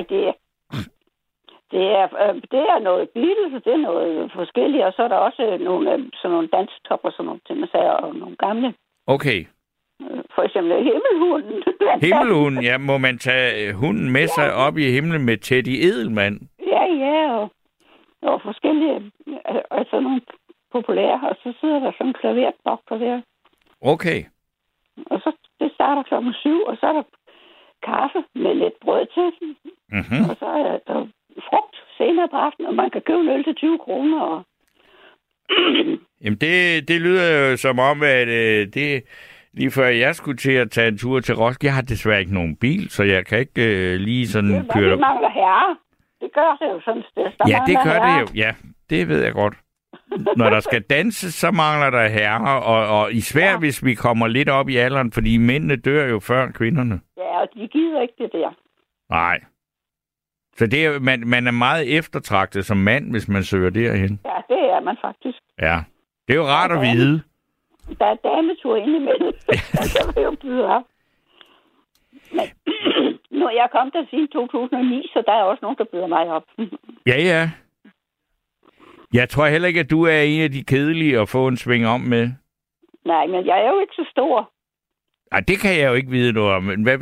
det er noget Beatles, det er noget forskelligt, og så er der også nogle sådan nogle danstop og sådan nogle ting, og nogle gamle. Okay. For eksempel Himmelhunden. Himmelhunden, ja, må man tage hunden med sig op i himlen med Teddy Edelmann? Ja, og forskellige, altså nogle populære, og så sidder der sådan en klaverbok på der. Okay. Og så det starter 7:00, og så er der kaffe med lidt brød til. Mm-hmm. Og så er der frugt senere på aftenen, og man kan købe en øl til 20 kroner. Og... Jamen, det lyder jo som om, at det lige før jeg skulle til at tage en tur til Roskilde. Jeg har desværre ikke nogen bil, så jeg kan ikke lige sådan køre... Det mangler herrer. Det gør det jo sådan et sted. Ja, det gør herrer. Det jo. Ja, det ved jeg godt. Når der skal danses, så mangler der herrer, og især hvis vi kommer lidt op i alderen, fordi mændene dør jo før kvinderne. Ja, og de gider ikke det der. Nej. Så det er, man er meget eftertragtet som mand, hvis man søger derhen. Ja, det er man faktisk. Ja, det er jo rart at vide. Der er dametur indimellem. Der vil jo byde op. Men nu er jeg kommet der siden 2009, så der er også nogen, der byder mig op. Ja. Jeg tror heller ikke, at du er en af de kedelige at få en sving om med. Nej, men jeg er jo ikke så stor. Nej, det kan jeg jo ikke vide noget om. Men hvad?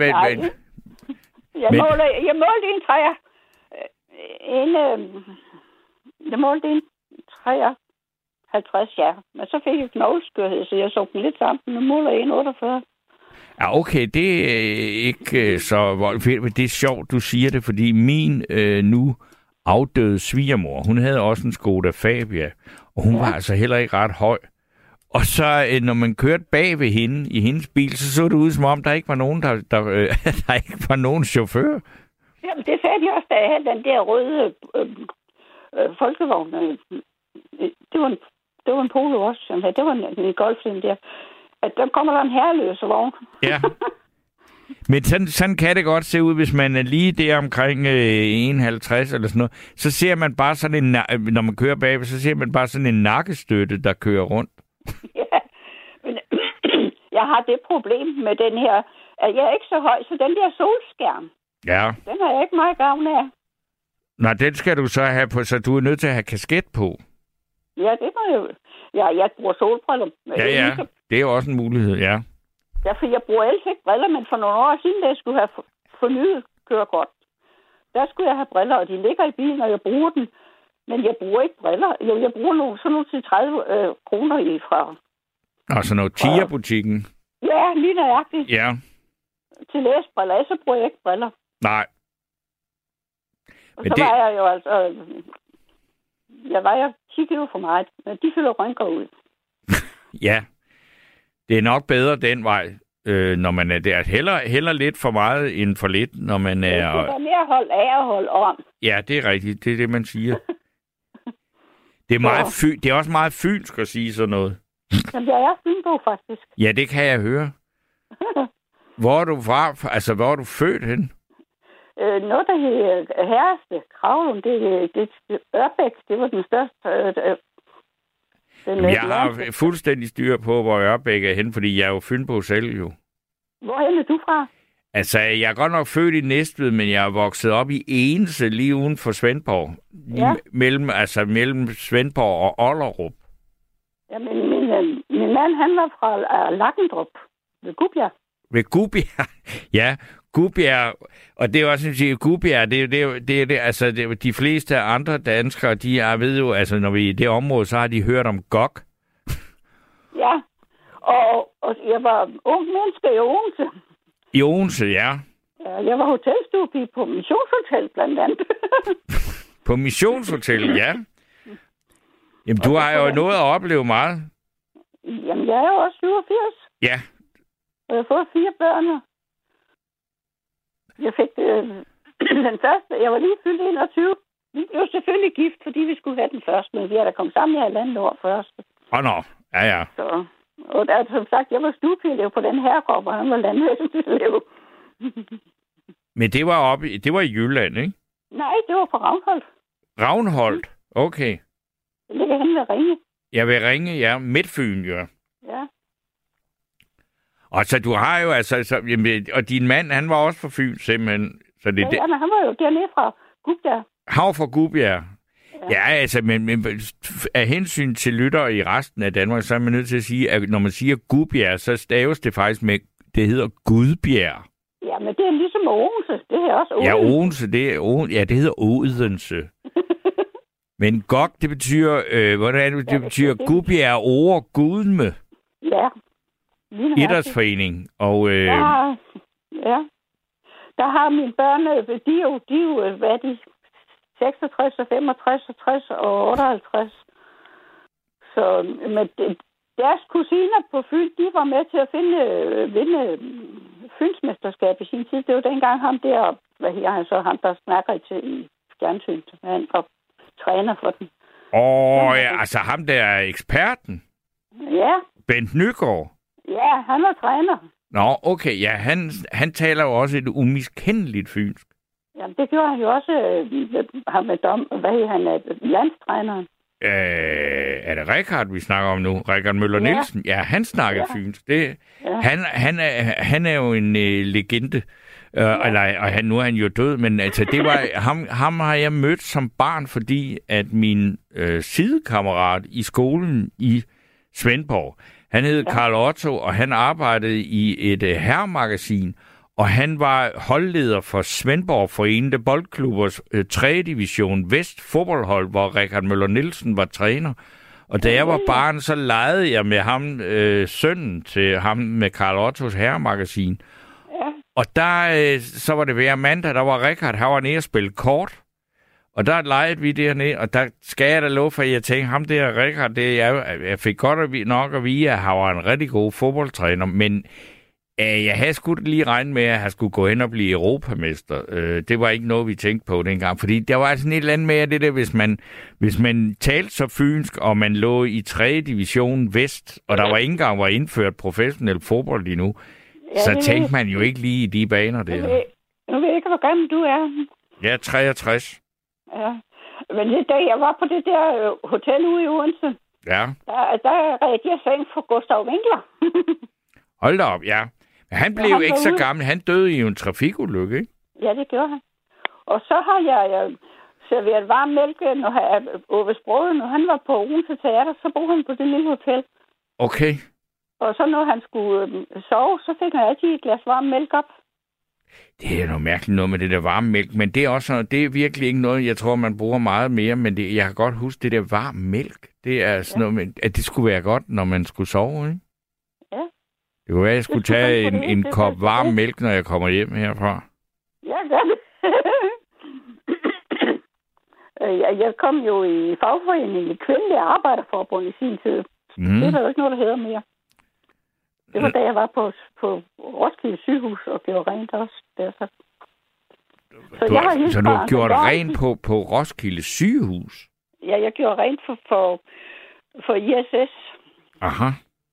Jeg målte en træer. Jeg målte en 53, ja. Men så fik jeg knogleskørhed, så jeg så den lidt sammen. Nu måler jeg en 48. Ja, okay. Det er ikke så voldeligt. Det er sjovt, du siger det, fordi min nu afdøde svigermor, hun havde også en Skoda Fabia, og hun var altså heller ikke ret høj. Og så, når man kørte bag ved hende i hendes bil, så det ud, som om der ikke var nogen, der ikke var nogen chauffør. Jamen, det sagde de også, da jeg havde den der røde folkevogn. Det var en Polo også. Det var en Golfen der. At der kommer der en herreløs vogn. Ja. Men sådan kan det godt se ud, hvis man er lige der omkring 51 eller sådan noget. Så ser man bare sådan en, når man kører bagved, så ser man bare sådan en nakkestøtte, der kører rundt. Ja, men jeg har det problem med den her, at jeg er ikke så høj, så den der solskærm, den har jeg ikke meget gavn af. Nej, den skal du så have på, så du er nødt til at have kasket på. Ja, det må jeg jo. Ja, jeg bruger solbriller. Ja, det er jo også en mulighed, ja. Ja, for jeg bruger ellers ikke briller, men for nogle år siden, da jeg skulle have fornyet kørekort, der skulle jeg have briller, og de ligger i bilen, og jeg bruger den. Men jeg bruger ikke briller. Jo, jeg bruger sådan nogle til 30 kroner i fra. Og sådan noget Tia-butikken. Ja, lige nøjagtigt. Ja. Til læsebriller, så bruger jeg ikke briller. Nej. Og men så var jeg jo altså... Jeg vejer 10 kilo for meget, men de fylder rynker ud. Ja. Det er nok bedre den vej. når man er der. Heller lidt for meget end for lidt, når man er... Det er mere hold af og hold om. Ja, det er rigtigt. Det er det, man siger. Det er, det er også meget fynsk at sige sådan noget. Jamen, jeg er fynbo, faktisk. Ja, det kan jeg høre. Hvor er du fra? Altså, hvor er du født hen? Noget, der hed Herrested, Kravlund, det Ørbæk, det var den største... Jeg har fuldstændig styr på, hvor Ørbæk er hen, fordi jeg er jo fynbo selv jo. Hvorhen er du fra? Altså, jeg er godt nok født i Næstved, men jeg er vokset op i Ense, lige uden for Svendborg. Ja. Mellem Svendborg og Ollerup. Ja, men min mand, han var fra Lakkendrup ved Gubjerg. Ved Gubjerg? Ja, Gubjerg. Og det er også, at sige, Gubjerg, de fleste andre danskere, jeg ved jo, altså når vi er i det område, så har de hørt om GOG. Ja, og jeg var ung menneske i Odense. I Odense, ja. Jeg var hotelstuepige på Missionshotel, blandt andet. På Missionshotel, ja. Jamen, du har jo nået at opleve meget. Jamen, jeg er jo også 87. Ja. Og jeg har fået 4 børn. Jeg fik den første. Jeg var lige fyldt 21. Vi blev selvfølgelig gift, fordi vi skulle have den første, men vi er da kommet sammen i 1,5 år først. Nå. Ja. Så, og der, som sagt, jeg var stuepige på den herregård, hvor han var landvæsenselev. Men det var i Jylland, ikke? Nej, det var på Ravnholt. Ravnholt? Okay. Det ligger henne ved Ringe. Jeg vil ringe, ja. Midtfyn, ja. Ja. Og så du har jo og din mand, han var også fra Fyn, simpelthen. Så det, ja, men han var jo dernede fra Gubjerg. Han var fra Gubjerg. Ja, altså, men af hensyn til lyttere i resten af Danmark, så er man nødt til at sige, at når man siger Gubjerg, så staves det faktisk med, det hedder Gudbjerg. Ja, men det er ligesom Odense. Det er også Odense. Ja, Odense, det hedder Odense. Men GOG, det betyder, det betyder Gubjerg over Gudme. Ja. Idrætsforening. Og, ja. Der har mine børn, de er jo, hvad er de? 66 og 65 og 60 og 58. Så med deres kusiner på Fyn, de var med til at vinde Fynsmesterskab i sin tid. Det var dengang ham der, hvad hedder han så, ham der snakker i fjernsyn, han var træner for den. Ja, altså ham der er eksperten? Ja. Bent Nygaard? Ja, han var træner. Nå, okay, ja, han taler jo også et umiskendeligt fynsk. Jamen, det gjorde han jo også, ham med hvad hedder han, landstræneren. Er det Richard, vi snakker om nu? Richard Møller Nielsen? Ja, han snakker fynsk. Han er jo en legende. Og nu er han jo død, men altså, det var ham har jeg mødt som barn, fordi at min sidekammerat i skolen i Svendborg, han hed Karl Otto, og han arbejdede i et herremagasin, og han var holdleder for Svendborg Forenede Boldklubbers 3. division Vest fodboldhold, hvor Richard Møller Nielsen var træner. Og da jeg var barn, så legede jeg med ham, sønnen til ham med Karl Ottos herremagasin. Ja. Og der, så var det hver mandag, der var Richard, han var nede og spille kort. Og der legede vi dernede, og der skal jeg da love for, at jeg tænkte, ham der Richard, jeg fik godt nok at vide, at han var en rigtig god fodboldtræner, men jeg havde sgu lige regnet med, at han skulle gå hen og blive europamester. Det var ikke noget, vi tænkte på dengang, fordi der var sådan et eller andet med det der, hvis man talte så fynsk, og man lå i 3. division Vest, og der var ikke engang var indført professionel fodbold lige nu, så tænkte man jo ikke lige i de baner der. Nu ved jeg ikke, hvor gammel du er. Ja, 63. Ja, men da jeg var på det der hotel ude i Odense, der reagerede jeg for Gustav Winkler. Hold da op, ja. Men han blev jo ikke så gammel. Han døde i en trafikulykke, ikke? Ja, det gjorde han. Og så har jeg serveret varm mælk, når Ove Sprogøe, når han var på Odense Teater, så boede han på det lille hotel. Okay. Og så når han skulle sove, så fik han altid et glas varm mælk op. Det er noget mærkeligt noget med det der varme mælk, men det er også det er virkelig ikke noget, jeg tror, man bruger meget mere, men jeg kan godt huske det der varme mælk. Det er sådan noget med, at det skulle være godt, når man skulle sove, ikke? Ja. Det kunne være, at jeg skulle tage en kop varm mælk, når jeg kommer hjem herfra. Ja, gør det. Jeg kom jo i fagforeningen i Kvindelige Arbejderforbund i sin tid. Det er der jo ikke noget, der hedder mere. Det var da jeg var på Roskilde sygehus og gjorde rent også. Så du har gjort rent på Roskilde sygehus? Ja, jeg gjorde rent for ISS. Aha.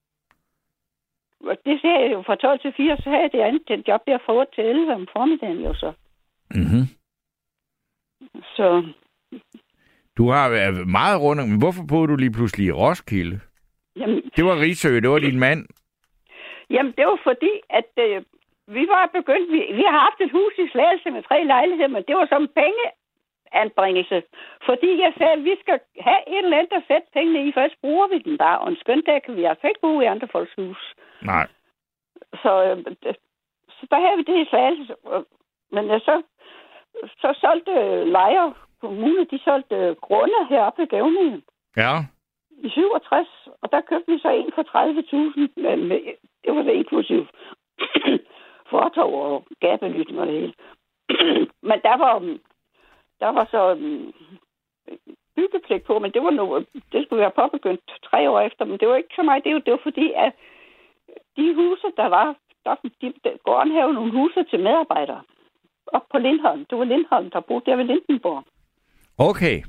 Det sagde jeg jo fra 12 til 4, så havde jeg det andet job der fra 8 til 11 om formiddagen jo så. Mhm. Så... Du har været meget rundt, men hvorfor boede du lige pludselig i Roskilde? Jamen, det var Risø, det var din mand. Jamen, det var fordi, at vi var begyndt... Vi har haft et hus i Slagelse med 3 lejligheder, men det var som pengeanbringelse. Fordi jeg sagde, at vi skal have et eller andet at sætte pengene i, først bruger vi den bare. Og en skøn dag kan vi altså ikke bo i andre folks hus. Nej. Så der havde vi det i Slagelse. Men så solgte Lejre Kommune, de solgte grunde heroppe i Gævningen. Ja. I 67, og der købte vi så en for 30.000, men det var så inklusiv fortov og gabelytning og det hele. Men der var så byggepligt på, men det var noget, det skulle være påbegyndt 3 år efter, men det var ikke så meget. Det var fordi, at de huse, der var, gården havde nogle huse til medarbejdere op på Lindholm. Det var Lindholm, der boede der ved Lindenborg. Okay.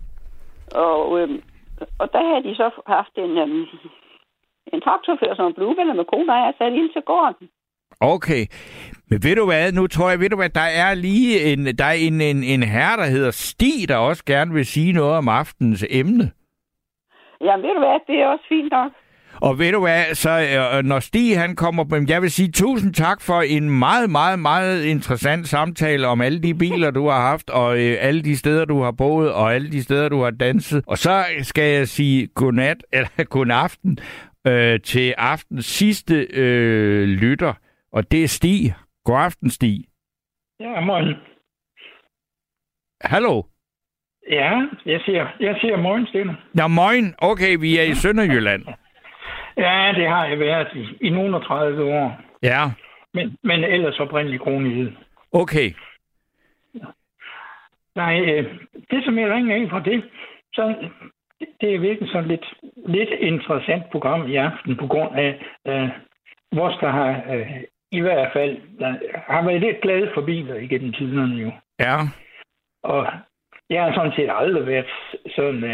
Og der havde de så haft en traktorfører, som blev uvenner med kone, og jeg sat ind til gården. Okay. Men ved du hvad, nu tror jeg, der er lige en herre, der hedder Stig, der også gerne vil sige noget om aftenens emne. Jamen ved du hvad, det er også fint nok. Og ved du hvad, så når Stig han kommer, jeg vil sige tusind tak for en meget, meget, meget interessant samtale om alle de biler, du har haft, og alle de steder, du har boet, og alle de steder, du har danset. Og så skal jeg sige godnat, eller godaften, til aftens sidste lytter, og det er Stig. God aften, Stig. Ja, morgen. Hallo? Ja, jeg siger morgen, Stine. Ja, morgen. Okay, vi er i Sønderjylland. Ja, det har jeg været i nogle 30 år. Ja. Men ellers oprindelig kronighed. Okay. Nej, det som jeg ringer ind for det, så det er virkelig sådan lidt interessant program i aften, på grund af vores, der har i hvert fald der har været lidt glade for biler igennem tiderne jo. Ja. Og jeg har sådan set aldrig været sådan,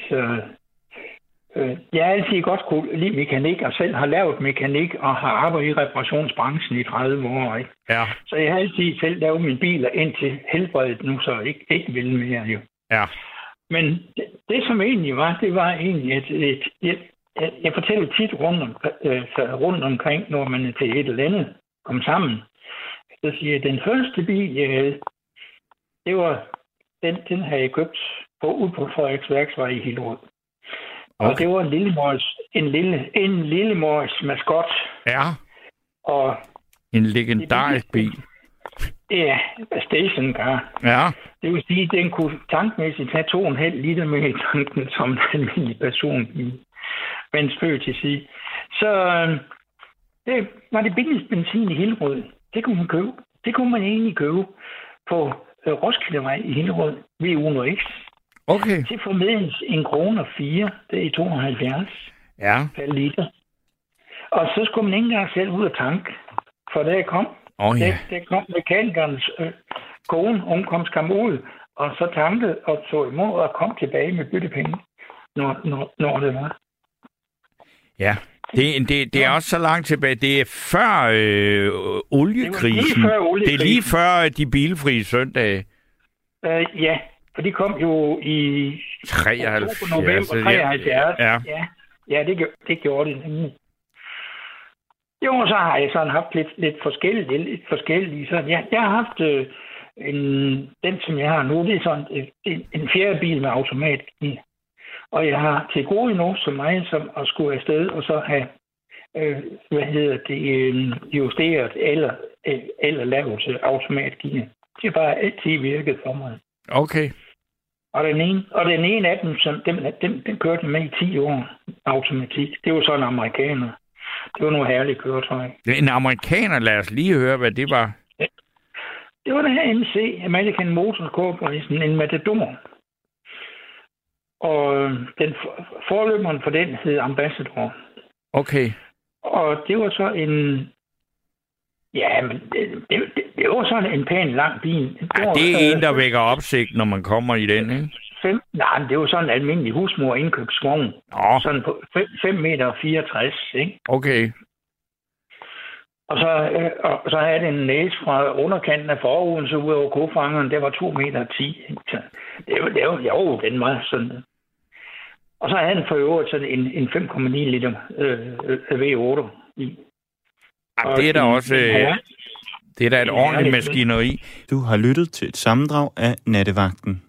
jeg har altid godt kunne lide mekanik, og selv har lavet mekanik, og har arbejdet i reparationsbranchen i 30 år. Ikke? Ja. Så jeg har altid selv lavet mine biler indtil helbredet nu, så ikke vil mere jo. Ja. Men det som egentlig var, det var egentlig jeg fortæller tit rundt omkring, når man er til et eller andet, kom sammen. Så siger jeg, den første bil, jeg havde, det var, den havde jeg købt ude på Frederiksværksvej i Hillerød. Okay. Og det var en lillemors maskot. Ja. Og en legendarisk bil. Ja, stationcar. Ja. Det vil sige, at den kunne tankmæssigt tage 2,5 liter med i tanken som en almindelig personbil. Men spøg til sige. Så det var det billigste benzin i Hillerød. Det kunne man købe. Det kunne man egentlig købe på Roskildevej i Hillerød ved Uno X. Okay. Til formidlings 1,04 kroner, det er 72 per liter. Og så skulle man ikke engang selv ud og tanke, for da jeg kom, der kom mekanikernes kone, hun kom ud, og så tankede og tog imod og kom tilbage med byttepenge, når det var. Ja, det er også så langt tilbage. Det er før oliekrisen. Det er lige før de bilfrie søndage. Ja. For de kom jo i 73. November 73. Ja, det gjorde det nemlig. Jo, så har jeg sådan haft lidt forskellige. Så jeg har haft den, som jeg har nu, det er sådan en fjerde bil med automat i. Og jeg har til gode endnu så meget som at skulle afsted og så have justeret eller lavet automatgear. Det har bare altid virket for mig. Okay. Og den ene af dem, den kørte med i 10 år automatik. Det var så en amerikaner. Det var noget herligt køretøj. En amerikaner, lad os lige høre, hvad det var. Ja. Det var det her MC, American Motor Corporation, en Matador. Og den forløberen for den hed Ambassador. Okay. Og det var så en... Ja, men det var sådan en pæn lang bil. Det er en, der vækker opsigt, når man kommer i den, ikke? Nej, det var sådan en almindelig husmor indkøbsvogn. Sådan på 5,64 meter, ikke? Okay. Og så havde den en næse fra underkanten af forruden, så ud over kofangeren, det var 2,10 meter. Det var den var sådan. Og så havde den for øvrigt sådan en 5,9 liter V8 i. Det er da også... Det er da et ordentligt maskineri. Du har lyttet til et sammendrag af Nattevagten.